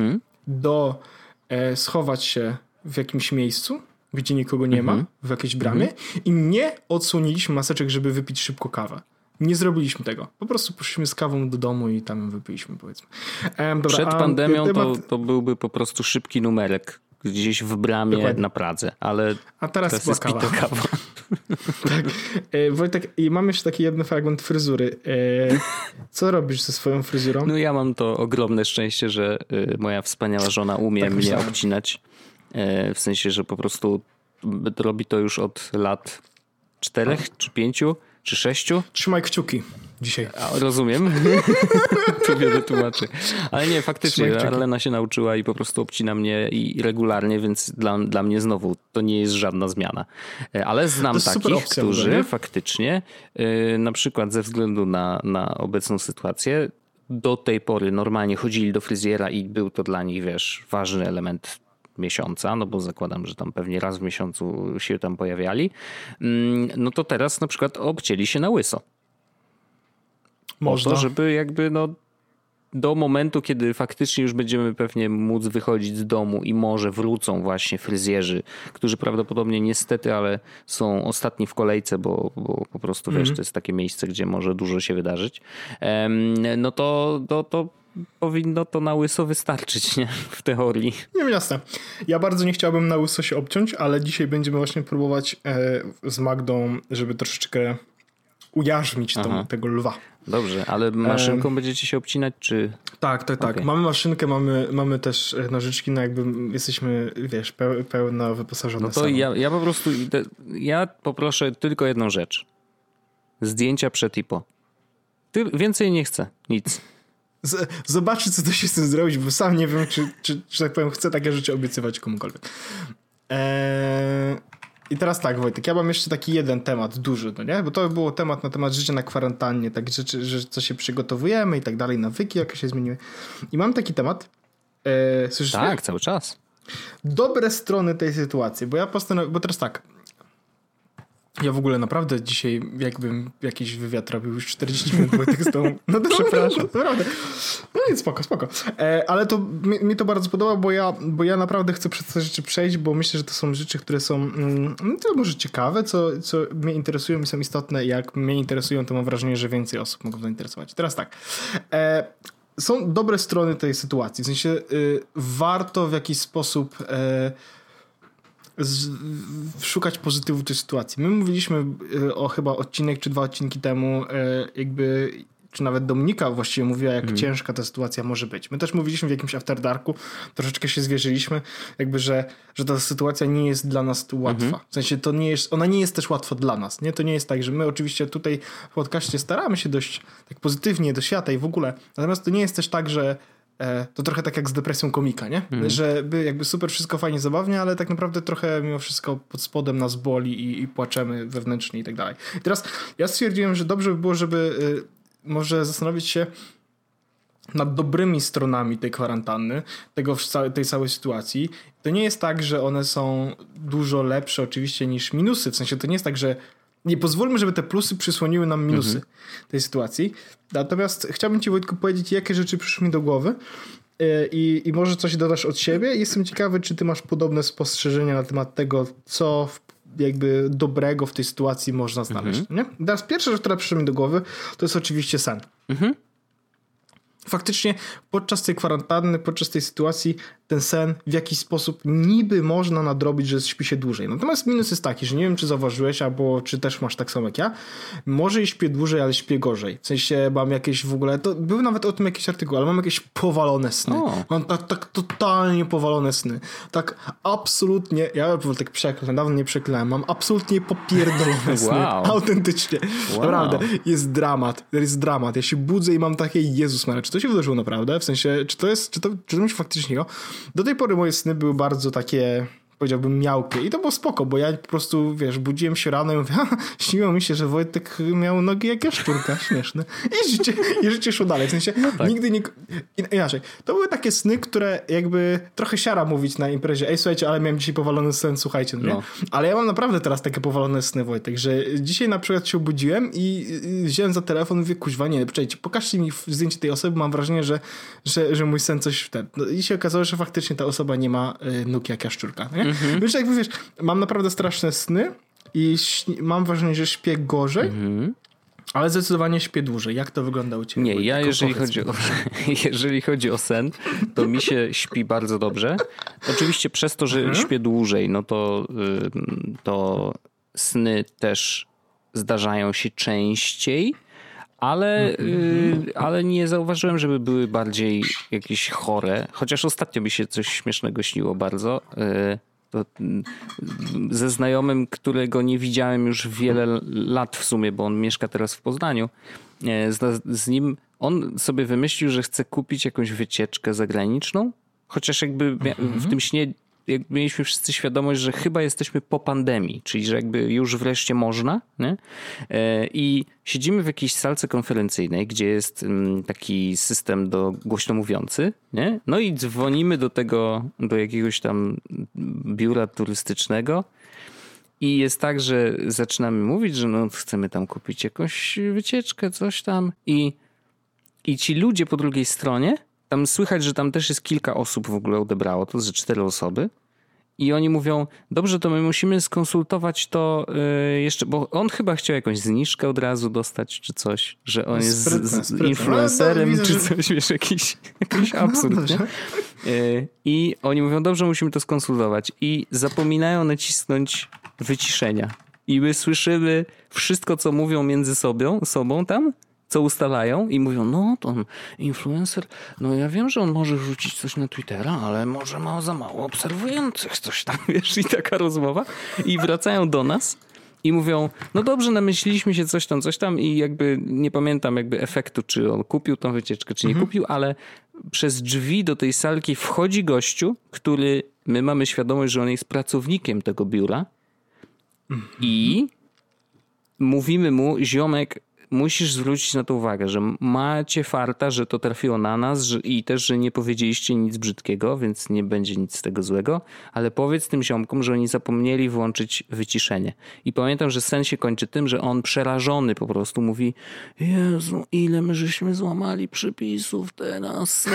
schować się w jakimś miejscu, gdzie nikogo nie ma, w jakiejś bramie i nie odsłoniliśmy maseczek, żeby wypić szybko kawę. Nie zrobiliśmy tego. Po prostu poszliśmy z kawą do domu i tam wypiliśmy, powiedzmy. Dobra, przed pandemią to byłby po prostu szybki numerek gdzieś w bramie dokładnie. Na Pradze, ale a teraz jest kawa. Tak. Wojtek, i mam jeszcze taki jeden fragment fryzury. Co robisz ze swoją fryzurą? No ja mam to ogromne szczęście, że moja wspaniała żona umie tak mnie obcinać. W sensie, że po prostu robi to już od lat 4 czy 5 czy 6. Trzymaj kciuki dzisiaj. Rozumiem. Tu wiele tłumaczy. Ale nie, faktycznie Arlena się nauczyła i po prostu obcina mnie i regularnie, więc dla mnie znowu to nie jest żadna zmiana. Ale znam takich, którzy faktycznie na przykład ze względu na obecną sytuację do tej pory normalnie chodzili do fryzjera i był to dla nich, wiesz, ważny element miesiąca, no bo zakładam, że tam pewnie raz w miesiącu się tam pojawiali, no to teraz na przykład obcięli się na łyso. Można. Po to, żeby jakby do momentu, kiedy faktycznie już będziemy pewnie móc wychodzić z domu i może wrócą właśnie fryzjerzy, którzy prawdopodobnie niestety, ale są ostatni w kolejce, bo po prostu wiesz, to jest takie miejsce, gdzie może dużo się wydarzyć, no to powinno to na łyso wystarczyć, nie? W teorii. Nie, jasne. Ja bardzo nie chciałbym na łyso się obciąć, ale dzisiaj będziemy właśnie próbować z Magdą, żeby troszeczkę ujarzmić tego lwa. Dobrze, ale maszynką będziecie się obcinać, czy... Tak. Okay. Mamy maszynkę, mamy też nożyczki, no jakby jesteśmy, wiesz, pełno wyposażone. No to ja po prostu, ja poproszę tylko jedną rzecz. Zdjęcia przed i po. Więcej nie chcę, nic. Zobaczcie, co to się z tym zrobić, bo sam nie wiem, czy tak powiem, chcę takie rzeczy obiecywać komukolwiek. I teraz tak, Wojtek, ja mam jeszcze taki jeden temat duży, no nie? Bo to było temat na temat życia na kwarantannie, tak rzeczy, że co się przygotowujemy i tak dalej, nawyki jakie się zmieniły. I mam taki temat. Słyszysz tak, mnie? Cały czas. Dobre strony tej sytuacji, bo teraz tak, ja w ogóle naprawdę dzisiaj, jakbym jakiś wywiad robił już 40 minut Wojtek z tą... No to przepraszam, naprawdę. No nic, spoko. Ale to mi to bardzo podoba, bo ja naprawdę chcę przez te rzeczy przejść, bo myślę, że to są rzeczy, które są to może ciekawe, co mnie interesują i są istotne. Jak mnie interesują, to mam wrażenie, że więcej osób mogą zainteresować. Teraz tak. Są dobre strony tej sytuacji. W sensie warto w jakiś sposób... szukać pozytywu tej sytuacji. My mówiliśmy chyba odcinek czy 2 odcinki temu, jakby, czy nawet Dominika właściwie mówiła, jak ciężka ta sytuacja może być. My też mówiliśmy w jakimś After Darku, troszeczkę się zwierzyliśmy, jakby, że ta sytuacja nie jest dla nas łatwa. W sensie ona nie jest też łatwa dla nas. Nie? To nie jest tak, że my oczywiście tutaj w podcaście staramy się dość tak pozytywnie do świata i w ogóle. Natomiast to nie jest też tak, że to trochę tak jak z depresją komika, nie? Że jakby super wszystko fajnie, zabawnie, ale tak naprawdę trochę mimo wszystko pod spodem nas boli i płaczemy wewnętrznie i tak dalej. I teraz ja stwierdziłem, że dobrze by było, żeby może zastanowić się nad dobrymi stronami tej kwarantanny, tej całej sytuacji. To nie jest tak, że one są dużo lepsze oczywiście niż minusy. W sensie to nie jest tak, że nie pozwólmy, żeby te plusy przysłoniły nam minusy tej sytuacji. Natomiast chciałbym ci, Wojtku, powiedzieć, jakie rzeczy przyszły mi do głowy i może coś dodasz od siebie. Jestem ciekawy, czy ty masz podobne spostrzeżenia na temat tego, co jakby dobrego w tej sytuacji można znaleźć. Nie? Teraz pierwsza rzecz, która przyszła mi do głowy, to jest oczywiście sen. Faktycznie podczas tej kwarantanny, podczas tej sytuacji ten sen w jakiś sposób niby można nadrobić, że śpi się dłużej. Natomiast minus jest taki, że nie wiem, czy zauważyłeś, albo czy też masz tak samo jak ja, może i śpię dłużej, ale śpię gorzej. W sensie mam jakieś w ogóle, to był nawet o tym jakiś artykuł, ale mam jakieś powalone sny. Mam tak totalnie powalone sny. Tak absolutnie, ja tak przeklę, dawno nie przeklałem, mam absolutnie popierdolone sny. Autentycznie. Naprawdę, jest dramat. Ja się budzę i mam takie, Jezus Maria, czy to się wydarzyło naprawdę? W sensie, czy to mi się faktycznie do tej pory moje sny były bardzo takie, powiedziałbym, miałkie i to było spoko, bo ja po prostu, wiesz, budziłem się rano i mówię, śniło mi się, że Wojtek miał nogi jak jaszczurka, śmieszne. I życie szło dalej, w sensie nigdy nie... Inaczej, to były takie sny, które jakby trochę siara mówić na imprezie, ej, słuchajcie, ale miałem dzisiaj powalony sen, słuchajcie, no nie? Ale ja mam naprawdę teraz takie powalone sny, Wojtek, że dzisiaj na przykład się obudziłem i wziąłem za telefon i mówię, kuźwa, nie, poczekajcie, pokażcie mi zdjęcie tej osoby, mam wrażenie, że mój sen coś... I się okazało, że faktycznie ta osoba nie ma nóg jak jaszczurka, nie? Wiesz, jakby wiesz, mam naprawdę straszne sny i mam wrażenie, że śpię gorzej, ale zdecydowanie śpię dłużej. Jak to wygląda u ciebie? Nie, ja jeżeli chodzi o sen, to mi się śpi bardzo dobrze. Oczywiście przez to, że śpię dłużej, no to sny też zdarzają się częściej, ale nie zauważyłem, żeby były bardziej jakieś chore. Chociaż ostatnio mi się coś śmiesznego śniło bardzo. To ze znajomym, którego nie widziałem już wiele lat w sumie, bo on mieszka teraz w Poznaniu. Z nim on sobie wymyślił, że chce kupić jakąś wycieczkę zagraniczną. Chociaż jakby w tym śnie jakby mieliśmy wszyscy świadomość, że chyba jesteśmy po pandemii, czyli że jakby już wreszcie można, nie? I siedzimy w jakiejś salce konferencyjnej, gdzie jest taki system głośno mówiący, nie? No i dzwonimy do jakiegoś tam biura turystycznego i jest tak, że zaczynamy mówić, że no chcemy tam kupić jakąś wycieczkę, coś tam i ci ludzie po drugiej stronie, tam słychać, że tam też jest kilka osób w ogóle odebrało, to ze 4 osoby. I oni mówią, dobrze, to my musimy skonsultować to jeszcze, bo on chyba chciał jakąś zniżkę od razu dostać, czy coś, że on jest influencerem, no, czy coś, wiesz, jakiś absurd, nie? I oni mówią, dobrze, musimy to skonsultować. I zapominają nacisnąć wyciszenia. I my słyszymy wszystko, co mówią między sobą tam, co ustalają i mówią, no to on influencer, no ja wiem, że on może wrzucić coś na Twittera, ale może ma za mało obserwujących, coś tam, wiesz, i taka rozmowa. I wracają do nas i mówią, no dobrze, namyśliliśmy się coś tam i jakby nie pamiętam jakby efektu, czy on kupił tą wycieczkę, czy nie kupił, ale przez drzwi do tej salki wchodzi gościu, który my mamy świadomość, że on jest pracownikiem tego biura i mówimy mu, ziomek, musisz zwrócić na to uwagę, że macie farta, że to trafiło na nas i też, że nie powiedzieliście nic brzydkiego, więc nie będzie nic z tego złego, ale powiedz tym ziomkom, że oni zapomnieli włączyć wyciszenie. I pamiętam, że sen się kończy tym, że on przerażony po prostu mówi, Jezu, ile my żeśmy złamali przepisów teraz.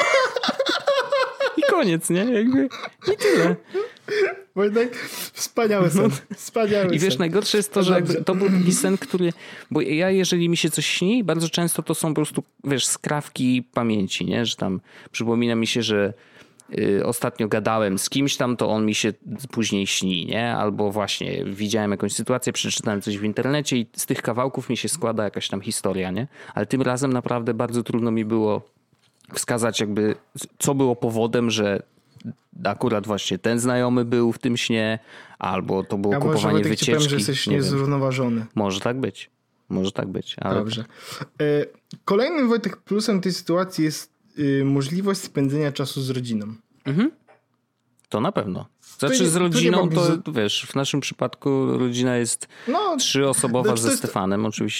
I koniec, nie? Jakby i tyle. Wojtek, wspaniały sen. I wiesz, najgorsze jest to, że jakby to był taki sen, który... Bo ja, jeżeli mi się coś śni, bardzo często to są po prostu, wiesz, skrawki pamięci, nie? Że tam przypomina mi się, że ostatnio gadałem z kimś tam, to on mi się później śni, nie? Albo właśnie widziałem jakąś sytuację, przeczytałem coś w internecie i z tych kawałków mi się składa jakaś tam historia, nie? Ale tym razem naprawdę bardzo trudno mi było wskazać jakby, co było powodem, że akurat właśnie ten znajomy był w tym śnie, albo to było kupowanie wycieczki. Ja może powiem, że jesteś niezrównoważony. Może tak być. Ale... Dobrze. Kolejnym, Wojtek, plusem tej sytuacji jest możliwość spędzenia czasu z rodziną. To na pewno. Znaczy z rodziną to wiesz, w naszym przypadku rodzina jest 3-osobowa ze Stefanem oczywiście.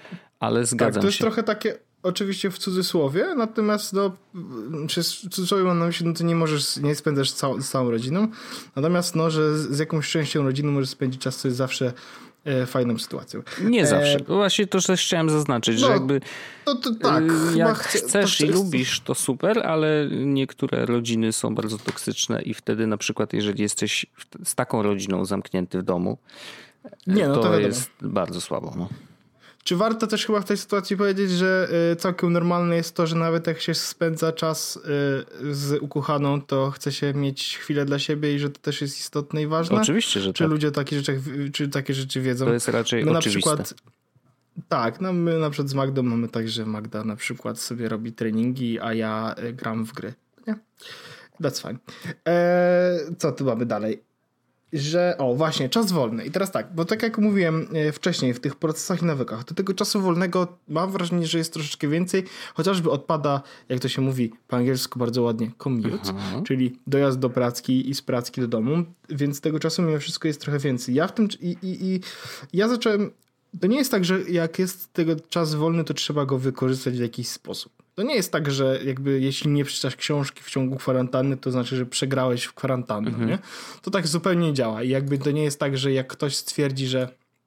ale zgadzam tak, to jest się. trochę takie oczywiście w cudzysłowie, natomiast przez cudzysłowie mam na myśli, to nie spędzasz z całą rodziną, natomiast że z jakąś częścią rodziny możesz spędzić czas, co jest zawsze fajną sytuacją. Nie zawsze. Właśnie to też chciałem zaznaczyć, że jakby tak, jak chcesz i lubisz, to super, ale niektóre rodziny są bardzo toksyczne i wtedy na przykład jeżeli jesteś z taką rodziną zamknięty w domu, to jest bardzo słabo. No. Czy warto też chyba w tej sytuacji powiedzieć, że całkiem normalne jest to, że nawet jak się spędza czas z ukochaną, to chce się mieć chwilę dla siebie i że to też jest istotne i ważne? Oczywiście, że czy tak. Ludzie takie rzeczy wiedzą? To jest raczej my oczywiste. Na przykład, tak, my na przykład z Magdą mamy tak, że Magda na przykład sobie robi treningi, a ja gram w gry. Nie? That's fine. Co tu mamy dalej? Właśnie, czas wolny. I teraz tak, bo tak jak mówiłem wcześniej w tych procesach i nawykach, to tego czasu wolnego mam wrażenie, że jest troszeczkę więcej, chociażby odpada, jak to się mówi po angielsku bardzo ładnie, commute, czyli dojazd do pracki i z pracki do domu, więc tego czasu mimo wszystko jest trochę więcej. Ja zacząłem, to nie jest tak, że jak jest tego czas wolny, to trzeba go wykorzystać w jakiś sposób. To nie jest tak, że jakby jeśli nie przeczytasz książki w ciągu kwarantanny, to znaczy, że przegrałeś w kwarantannie. Nie? To tak zupełnie nie działa. I jakby to nie jest tak, że jak ktoś stwierdzi, że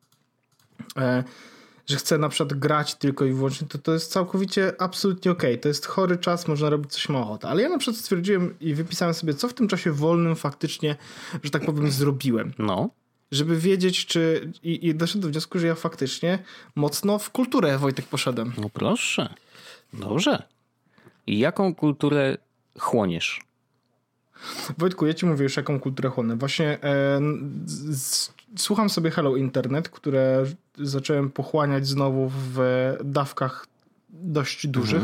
chce na przykład grać tylko i wyłącznie, to jest całkowicie absolutnie okej. To jest chory czas, można robić coś ma ochotę. Ale ja na przykład stwierdziłem i wypisałem sobie, co w tym czasie wolnym faktycznie, że tak powiem, zrobiłem. No. Żeby wiedzieć, czy... I doszedłem do wniosku, że ja faktycznie mocno w kulturę, Wojtek, poszedłem. No proszę. Dobrze. I jaką kulturę chłoniesz? Wojtku, ja ci mówię już, jaką kulturę chłonę. Właśnie słucham sobie Hello Internet, które zacząłem pochłaniać znowu w dawkach dość dużych.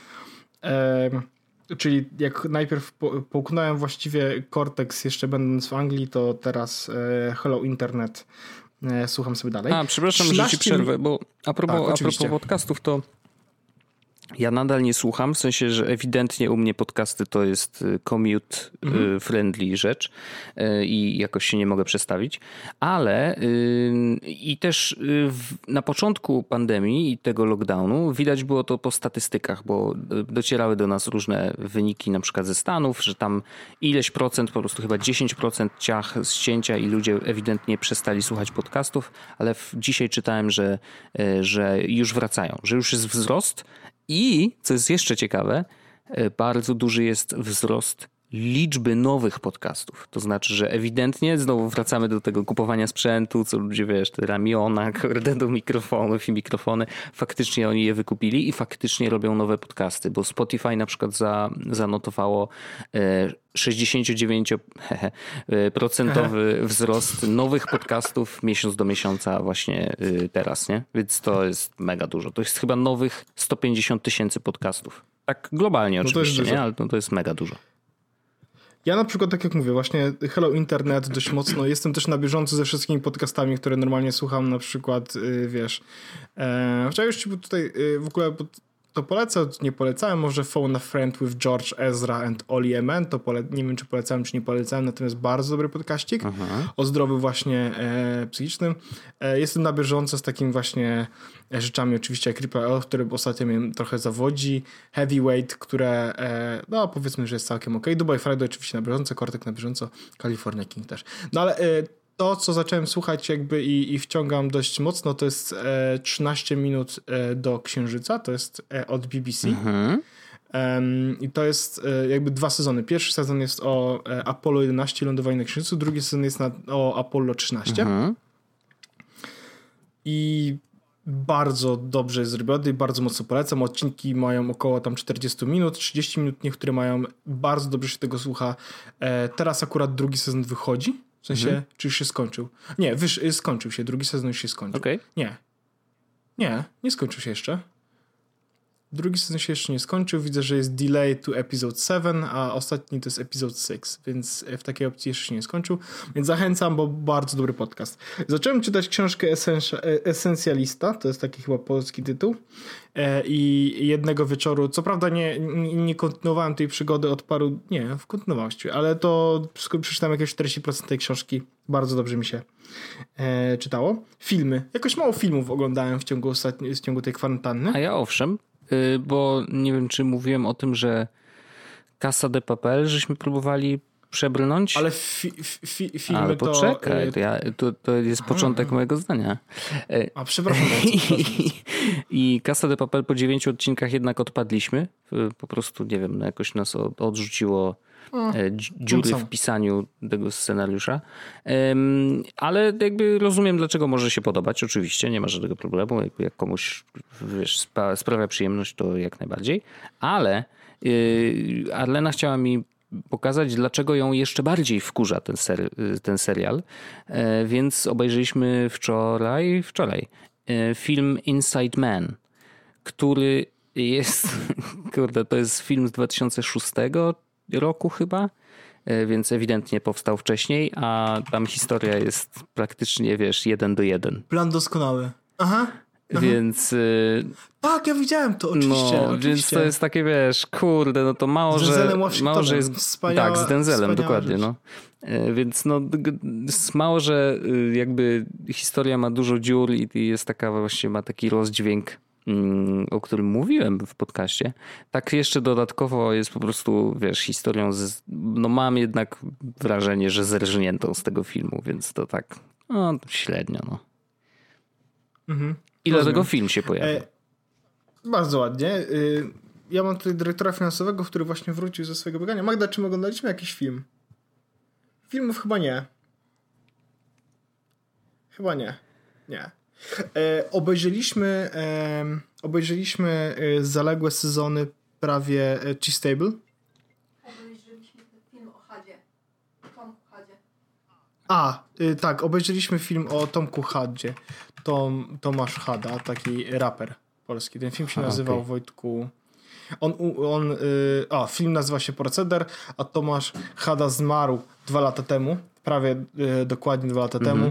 Czyli jak najpierw połknąłem właściwie Cortex jeszcze będąc w Anglii, to teraz Hello Internet słucham sobie dalej. Przepraszam, że ci przerwę, bo a propos podcastów, to ja nadal nie słucham, w sensie, że ewidentnie u mnie podcasty to jest commute friendly rzecz i jakoś się nie mogę przestawić, ale i też na początku pandemii i tego lockdownu widać było to po statystykach, bo docierały do nas różne wyniki na przykład ze Stanów, że tam ileś procent, po prostu chyba 10% ciach z cięcia i ludzie ewidentnie przestali słuchać podcastów, ale dzisiaj czytałem, że już wracają, że już jest wzrost. I, co jest jeszcze ciekawe, bardzo duży jest wzrost liczby nowych podcastów. To znaczy, że ewidentnie znowu wracamy do tego kupowania sprzętu, co ludzie, te ramiona, kurde, do mikrofonów i mikrofony. Faktycznie oni je wykupili i faktycznie robią nowe podcasty, bo Spotify na przykład zanotowało 69% wzrost nowych podcastów miesiąc do miesiąca właśnie teraz, nie? Więc to jest mega dużo. To jest chyba nowych 150 000 podcastów. Tak globalnie oczywiście, nie? Ale to jest mega dużo. Ja na przykład, tak jak mówię, właśnie Hello Internet dość mocno, jestem też na bieżąco ze wszystkimi podcastami, które normalnie słucham, na przykład, chciałem już ci tutaj w ogóle to polecę, nie polecałem, może Phone a Friend with George Ezra and Oli Emen, nie wiem, czy polecałem, czy nie polecałem, natomiast bardzo dobry podcaścik o zdrowiu właśnie psychicznym. Jestem na bieżąco z takim właśnie rzeczami, oczywiście jak Ripple Elf, który ostatnio mnie trochę zawodzi, Heavyweight, które powiedzmy, że jest całkiem okej. Dubai Friday oczywiście na bieżąco, Cortex na bieżąco, California King też. No ale to, co zacząłem słuchać jakby i wciągam dość mocno, to jest 13 minut do Księżyca, to jest od BBC. I to jest jakby 2 sezony. Pierwszy sezon jest o Apollo 11, lądowanie na Księżycu, drugi sezon jest o Apollo 13. I bardzo dobrze jest zrobiony i bardzo mocno polecam. Odcinki mają około tam 40 minut, 30 minut, niektóre mają, bardzo dobrze się tego słucha. Teraz akurat drugi sezon wychodzi. W sensie, czy już się skończył? Nie, skończył się. Drugi sezon już się skończył. Okay. Nie, nie skończył się jeszcze. drugi sezon się jeszcze nie skończył. Widzę, że jest delay to episode 7, a ostatni to jest episode 6, więc w takiej opcji jeszcze się nie skończył. Więc zachęcam, bo bardzo dobry podcast. Zacząłem czytać książkę Esencjalista, to jest taki chyba polski tytuł. I jednego wieczoru, co prawda nie kontynuowałem tej przygody od paru, kontynuowałem się, ale to przeczytałem jakieś 40% tej książki. Bardzo dobrze mi się czytało. Filmy. Jakoś mało filmów oglądałem w ciągu tej kwarantanny. A ja owszem, bo nie wiem, czy mówiłem o tym, że Casa de Papel żeśmy próbowali przebrnąć. Ale filmy ale poczekaj, to jest początek mojego zdania. A przepraszam. I Casa de Papel po 9 odcinkach jednak odpadliśmy. Po prostu, nie wiem, jakoś nas odrzuciło dziury w pisaniu tego scenariusza. Ale jakby rozumiem, dlaczego może się podobać. Oczywiście, nie ma żadnego problemu. Jak komuś sprawia przyjemność, to jak najbardziej. Ale Arlena chciała mi pokazać, dlaczego ją jeszcze bardziej wkurza ten serial. Więc obejrzeliśmy wczoraj film Inside Man, który jest, to jest film z 2006 roku chyba, więc ewidentnie powstał wcześniej, a tam historia jest praktycznie, 1:1. Plan doskonały. Aha. Więc... Tak, ja widziałem to, oczywiście. Więc to jest takie, kurde, no to mało, że jest... Wspaniała, tak, z Denzelem, dokładnie. No. Więc mało, że jakby historia ma dużo dziur i jest taka właśnie, ma taki rozdźwięk, o którym mówiłem w podcaście. Tak jeszcze dodatkowo jest po prostu, historią mam jednak wrażenie, że zerżniętą z tego filmu, więc to tak średnio, no. Mhm. I dlatego film się pojawił. Bardzo ładnie. Ja mam tutaj dyrektora finansowego, który właśnie wrócił ze swojego biegania. Magda, czy my oglądaliśmy jakiś film? Filmów chyba nie. Chyba nie. Nie. Obejrzeliśmy zaległe sezony prawie Cheese-Table. Obejrzeliśmy film o Hadzie. Tomku Hadzie. Tak, obejrzeliśmy film o Tomku Hadzie. Tomasz Hada, taki raper polski. Ten film się nazywał, Wojtku... Film nazywa się Proceder, a Tomasz Hada zmarł 2 lata temu. Prawie dokładnie 2 lata temu.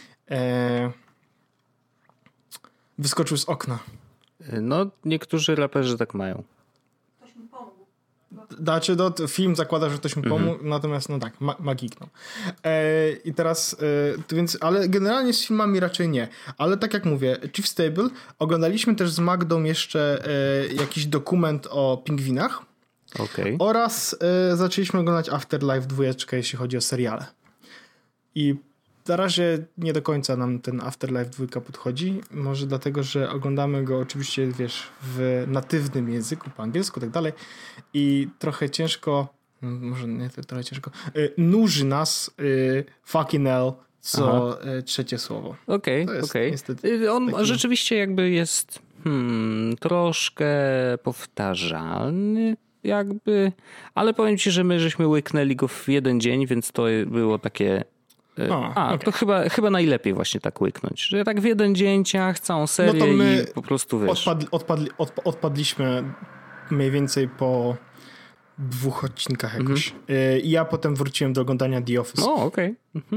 Wyskoczył z okna. No, niektórzy raperzy tak mają. Ktoś mu pomógł. Film zakłada, że ktoś mu pomógł, natomiast magiknął. I teraz, ale generalnie z filmami raczej nie. Ale tak jak mówię, Cheese-Table, oglądaliśmy też z Magdą jeszcze jakiś dokument o pingwinach. Okay. Oraz zaczęliśmy oglądać Afterlife 2, jeśli chodzi o seriale. I na razie nie do końca nam ten Afterlife 2 podchodzi. Może dlatego, że oglądamy go oczywiście, w natywnym języku, po angielsku i tak dalej. I trochę ciężko, może nie trochę ciężko, nuży nas fucking hell co trzecie słowo. Okej. On taki... rzeczywiście jakby jest troszkę powtarzalny jakby, ale powiem ci, że my żeśmy łyknęli go w jeden dzień, więc to było takie... Okay. To chyba najlepiej właśnie tak łyknąć, że tak w jeden dzień całą serię to my i po prostu odpadliśmy mniej więcej po 2 odcinkach jakoś. I ja potem wróciłem do oglądania The Office. Okej.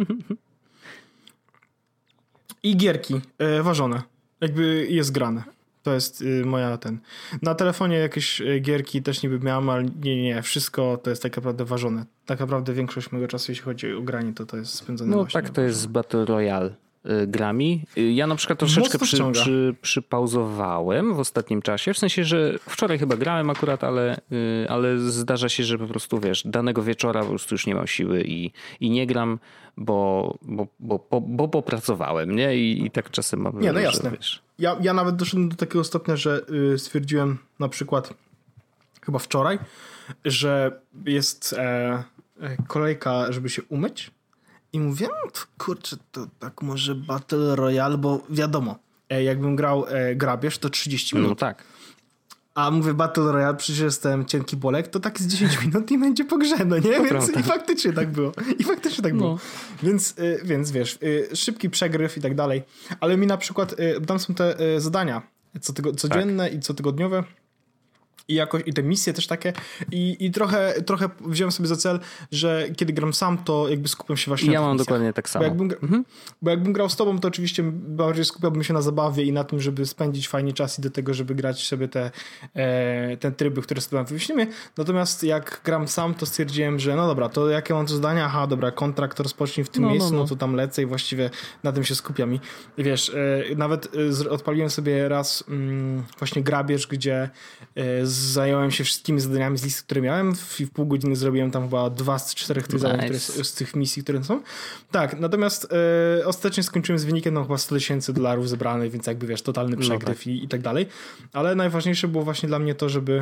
I gierki ważone. Jakby jest grane. To jest moja Na telefonie jakieś gierki też niby miałem, ale nie. Wszystko to jest tak naprawdę ważone. Tak naprawdę większość mojego czasu, jeśli chodzi o granie, to jest spędzone właśnie. No tak, to jest z Battle Royale grami. Ja na przykład troszeczkę przypauzowałem w ostatnim czasie. W sensie, że wczoraj chyba grałem akurat, ale zdarza się, że po prostu danego wieczora po prostu już nie mam siły i nie gram, bo popracowałem, nie? I tak czasem mam... Nie, no jasne. Ja nawet doszedłem do takiego stopnia, że stwierdziłem na przykład chyba wczoraj, że jest kolejka, żeby się umyć i mówię, kurczę, to tak może Battle Royale, bo wiadomo, jakbym grał grabież, to 30 minut. No tak. A mówię Battle Royale, przecież jestem cienki Bolek, to tak z 10 minut i będzie po grze, no nie? I faktycznie tak było. Więc szybki przegryw i tak dalej. Ale mi na przykład, tam są te zadania codzienne i cotygodniowe i te misje też takie i trochę wziąłem sobie za cel, że kiedy gram sam, to jakby skupiam się właśnie na tych mam misjach. dokładnie tak samo. Bo jakbym grał z tobą, to oczywiście bardziej skupiałbym się na zabawie i na tym, żeby spędzić fajnie czas i do tego, żeby grać sobie te tryby, które sobie tam wymyślimy. Natomiast jak gram sam, to stwierdziłem, że no dobra, to jakie mam tu zdania? Aha, dobra, kontrakt rozpocznij w tym miejscu, no to tam lecę i właściwie na tym się skupiam. I wiesz, nawet odpaliłem sobie raz właśnie grabież, gdzie zająłem się wszystkimi zadaniami z listy, które miałem i w pół godziny zrobiłem tam chyba 2 z 4 tych zadań, które z tych misji, które są. Tak, natomiast ostatecznie skończyłem z wynikiem chyba $100,000 zebranych, więc jakby wiesz, totalny przegryw i tak dalej. Ale najważniejsze było właśnie dla mnie to, żeby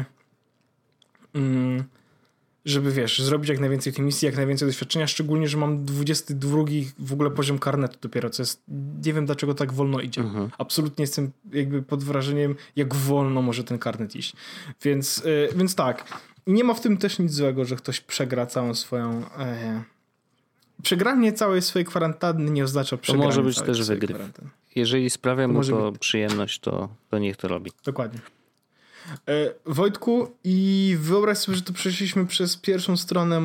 wiesz, zrobić jak najwięcej tych misji, jak najwięcej doświadczenia, szczególnie, że mam 22 w ogóle poziom karnetu dopiero, co jest, nie wiem dlaczego tak wolno idzie. Absolutnie jestem jakby pod wrażeniem, jak wolno może ten karnet iść. Więc tak, nie ma w tym też nic złego, że ktoś przegra całą swoją... Przegranie całej swojej kwarantanny nie oznacza przegranie. To może być też wygryw. Jeżeli sprawia mu to przyjemność, to niech to robi. Dokładnie. Wojtku, i wyobraź sobie, że to przeszliśmy przez pierwszą stronę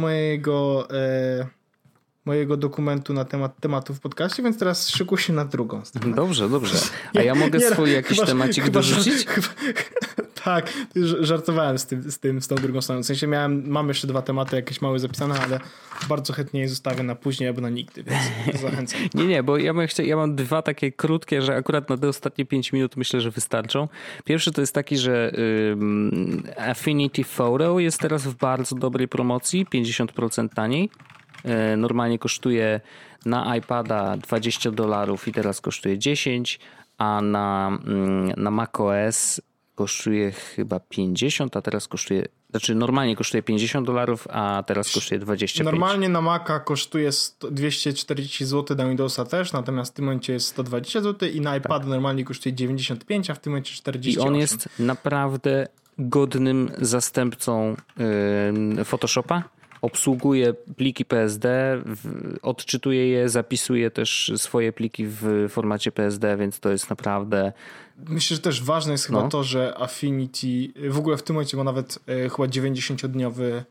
mojego dokumentu na temat tematu w podcaście, więc teraz szykuj się na drugą stronę. Dobrze. A ja mogę swój jakiś temacik dorzucić? Tak, żartowałem z tą drugą stroną. W sensie mam jeszcze 2 tematy jakieś małe zapisane, ale bardzo chętnie je zostawię na później albo na nigdy, więc zachęcam. Nie, bo ja mam 2 takie krótkie, że akurat na te ostatnie 5 minut myślę, że wystarczą. Pierwszy to jest taki, że Affinity Photo jest teraz w bardzo dobrej promocji, 50% taniej. Normalnie kosztuje na iPada $20 i teraz kosztuje 10, a na macOS kosztuje chyba 50, a teraz kosztuje, znaczy normalnie kosztuje $50, a teraz kosztuje 25. Normalnie na Maca kosztuje 240 zł, na Windowsa też, natomiast w tym momencie jest 120 zł i na iPad normalnie kosztuje 95, a w tym momencie 48. I on jest naprawdę godnym zastępcą Photoshopa. Obsługuje pliki PSD, odczytuje je, zapisuje też swoje pliki w formacie PSD, więc to jest naprawdę... Myślę, że też ważne jest chyba to, że Affinity w ogóle w tym momencie ma nawet chyba 90-dniowy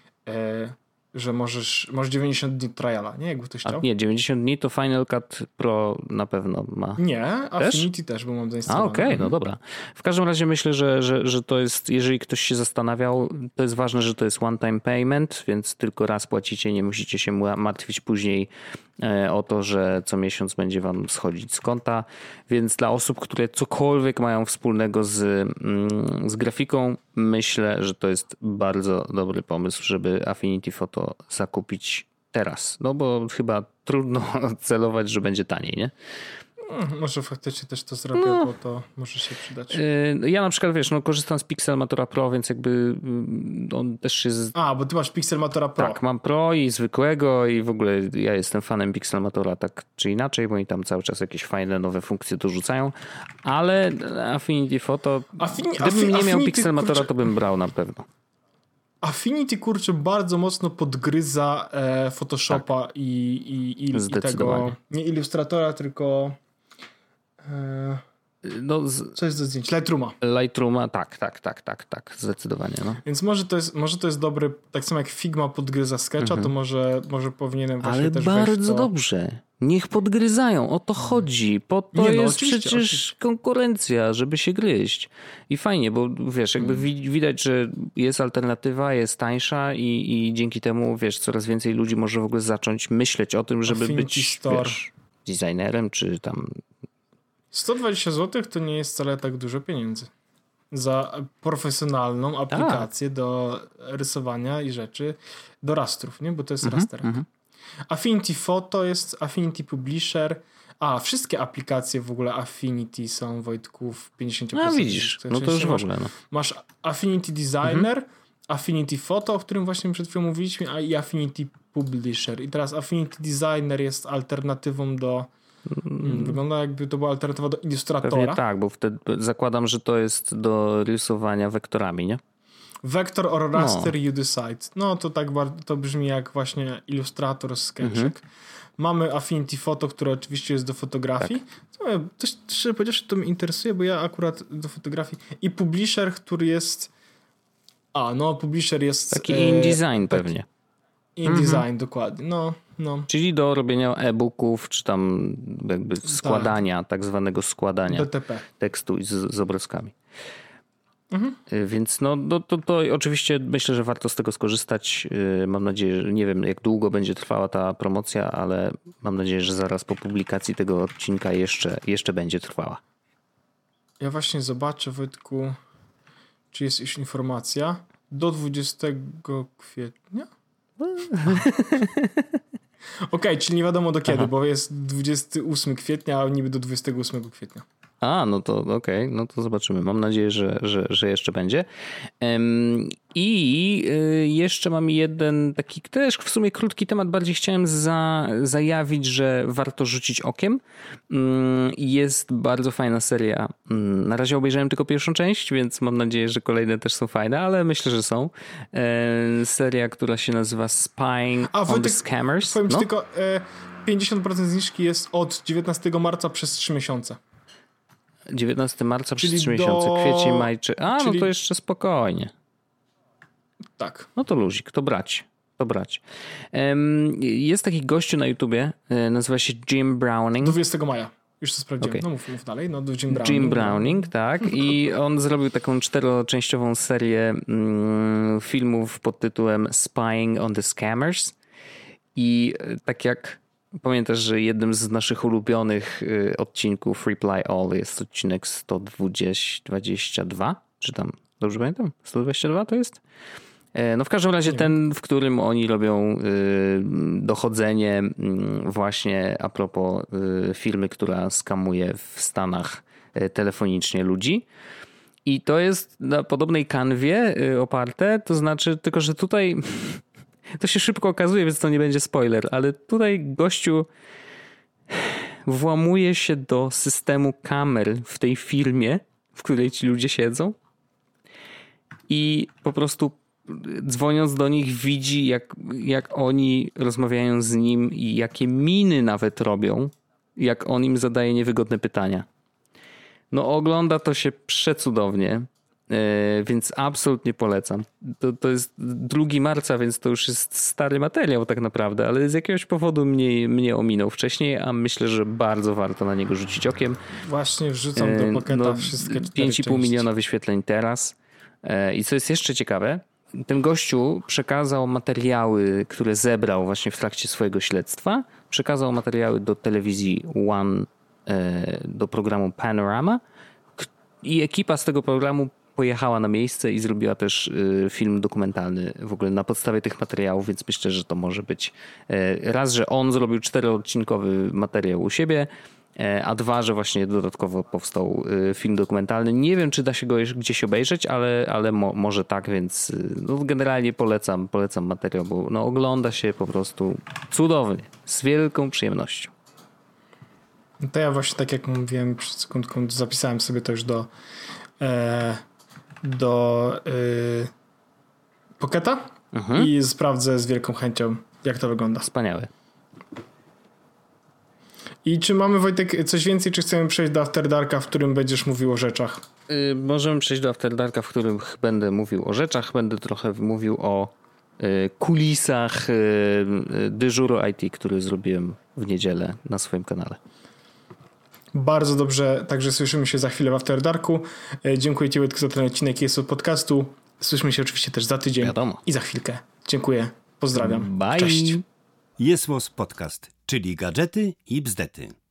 że masz 90 dni triala, nie? Jakby ktoś chciał. Nie, 90 dni to Final Cut Pro na pewno ma. Nie, Affinity też, bo mam zainstalowane. Okej, no dobra. W każdym razie myślę, że to jest, jeżeli ktoś się zastanawiał, to jest ważne, że to jest one-time payment, więc tylko raz płacicie, nie musicie się martwić później o to, że co miesiąc będzie wam schodzić z konta, więc dla osób, które cokolwiek mają wspólnego z grafiką, myślę, że to jest bardzo dobry pomysł, żeby Affinity Photo zakupić teraz, no bo chyba trudno celować, że będzie taniej, nie? Może faktycznie też to zrobię, bo to może się przydać. Ja na przykład, wiesz, korzystam z Pixelmatora Pro, więc jakby on też jest... Bo ty masz Pixelmatora Pro. Tak, mam Pro i zwykłego i w ogóle ja jestem fanem Pixelmatora tak czy inaczej, bo oni tam cały czas jakieś fajne nowe funkcje dorzucają, ale Affinity Photo, gdybym nie miał Pixelmatora, to bym brał na pewno. Affinity, kurczę, bardzo mocno podgryza Photoshopa i tego, nie Illustratora, tylko co jest do zdjęć? Lightrooma, tak, zdecydowanie. No. Więc może to jest dobry, tak samo jak Figma podgryza Sketcha, to może powinienem właśnie ale też bardzo dobrze. Niech podgryzają, o to chodzi. Po to jest oczywiście. Konkurencja, żeby się gryźć. I fajnie, bo wiesz, jakby widać, że jest alternatywa, jest tańsza i dzięki temu, wiesz, coraz więcej ludzi może w ogóle zacząć myśleć o tym, żeby być, wiesz, designerem, czy tam... 120 zł to nie jest wcale tak dużo pieniędzy. Za profesjonalną aplikację do rysowania i rzeczy, do rastrów, nie? Bo to jest rasterek. Affinity Photo jest Affinity Publisher. Wszystkie aplikacje w ogóle Affinity są, Wojtku, w 50%. No widzisz, no to już w ogóle. No. Masz Affinity Designer, Affinity Photo, o którym właśnie przed chwilą mówiliśmy, i Affinity Publisher. I teraz Affinity Designer jest alternatywą do... Wygląda jakby to była alternatywa do Illustratora. Pewnie tak, bo wtedy zakładam, że to jest do rysowania wektorami, nie? Vector or raster you decide. No to tak to brzmi jak właśnie Illustrator, Sketchik. Mamy Affinity Photo, które oczywiście jest do fotografii. Tak. Szczerze powiedziawszy, to mnie interesuje, bo ja akurat do fotografii. I Publisher, który jest No publisher jest... Taki InDesign pewnie. InDesign, dokładnie. No. Czyli do robienia e-booków, czy tam jakby składania, tak zwanego składania BTP. tekstu z obrazkami. Więc to oczywiście myślę, że warto z tego skorzystać. Mam nadzieję, że nie wiem jak długo będzie trwała ta promocja, ale mam nadzieję, że zaraz po publikacji tego odcinka jeszcze będzie trwała. Ja właśnie zobaczę, Wojtku, czy jest już informacja. Do 20 kwietnia? Okej, czyli nie wiadomo do kiedy, bo jest 28 kwietnia, a niby do 28 kwietnia. No to okej, no to zobaczymy. Mam nadzieję, że jeszcze będzie. I jeszcze mam jeden taki też w sumie krótki temat. Bardziej chciałem zajawić, że warto rzucić okiem. Jest bardzo fajna seria. Na razie obejrzałem tylko pierwszą część, więc mam nadzieję, że kolejne też są fajne, ale myślę, że są. Seria, która się nazywa Spying on the Scammers. Powiem ci tylko, 50% zniżki jest od 19 marca przez 3 miesiące. 19 marca przez 3 Czyli miesiące, kwiecień, maj, no to jeszcze spokojnie. Tak. No to luzik, to brać. Jest taki gościu na YouTubie, nazywa się Jim Browning. 20 maja. Już to sprawdziłem. Okay. No mów dalej. Jim Browning, tak. I on zrobił taką 4-częściową serię filmów pod tytułem Spying on the Scammers. I tak jak pamiętasz, że jednym z naszych ulubionych odcinków Reply All jest odcinek 122? Czy tam, dobrze pamiętam? 122 to jest? No w każdym razie ten, w którym oni robią dochodzenie właśnie a propos firmy, która skamuje w Stanach telefonicznie ludzi. I to jest na podobnej kanwie oparte, to znaczy tylko, że tutaj to się szybko okazuje, więc to nie będzie spoiler, ale tutaj gościu włamuje się do systemu kamer w tej firmie, w której ci ludzie siedzą i po prostu dzwoniąc do nich widzi jak oni rozmawiają z nim i jakie miny nawet robią, jak on im zadaje niewygodne pytania. No ogląda to się przecudownie, więc absolutnie polecam. To jest 2 marca, więc to już jest stary materiał tak naprawdę, ale z jakiegoś powodu mnie ominął wcześniej, a myślę, że bardzo warto na niego rzucić okiem. Właśnie wrzucam do Pocketa wszystkie 5,5 miliona wyświetleń teraz. I co jest jeszcze ciekawe, ten gościu przekazał materiały, które zebrał właśnie w trakcie swojego śledztwa. Przekazał materiały do telewizji One, do programu Panorama i ekipa z tego programu pojechała na miejsce i zrobiła też film dokumentalny w ogóle na podstawie tych materiałów, więc myślę, że to może być raz, że on zrobił 4-odcinkowy materiał u siebie, a 2, że właśnie dodatkowo powstał film dokumentalny. Nie wiem, czy da się go gdzieś obejrzeć, ale może tak, więc no generalnie polecam materiał, bo no ogląda się po prostu cudownie, z wielką przyjemnością. To ja właśnie tak jak mówiłem przed sekundką, zapisałem sobie to już do Pocketa i sprawdzę z wielką chęcią, jak to wygląda. Wspaniałe. I czy mamy, Wojtek, coś więcej, czy chcemy przejść do After Darka, w którym będziesz mówił o rzeczach? Możemy przejść do After Darka, w którym będę mówił o rzeczach, będę trochę mówił o kulisach dyżuru IT, który zrobiłem w niedzielę na swoim kanale. Bardzo dobrze, także słyszymy się za chwilę w After Darku. Dziękuję Ci, Wojtku, za ten odcinek jest podcastu. Słyszymy się oczywiście też za tydzień. Wiadomo. I za chwilkę. Dziękuję. Pozdrawiam. Bye. Cześć. Jest Podcast, czyli gadżety i bzdety.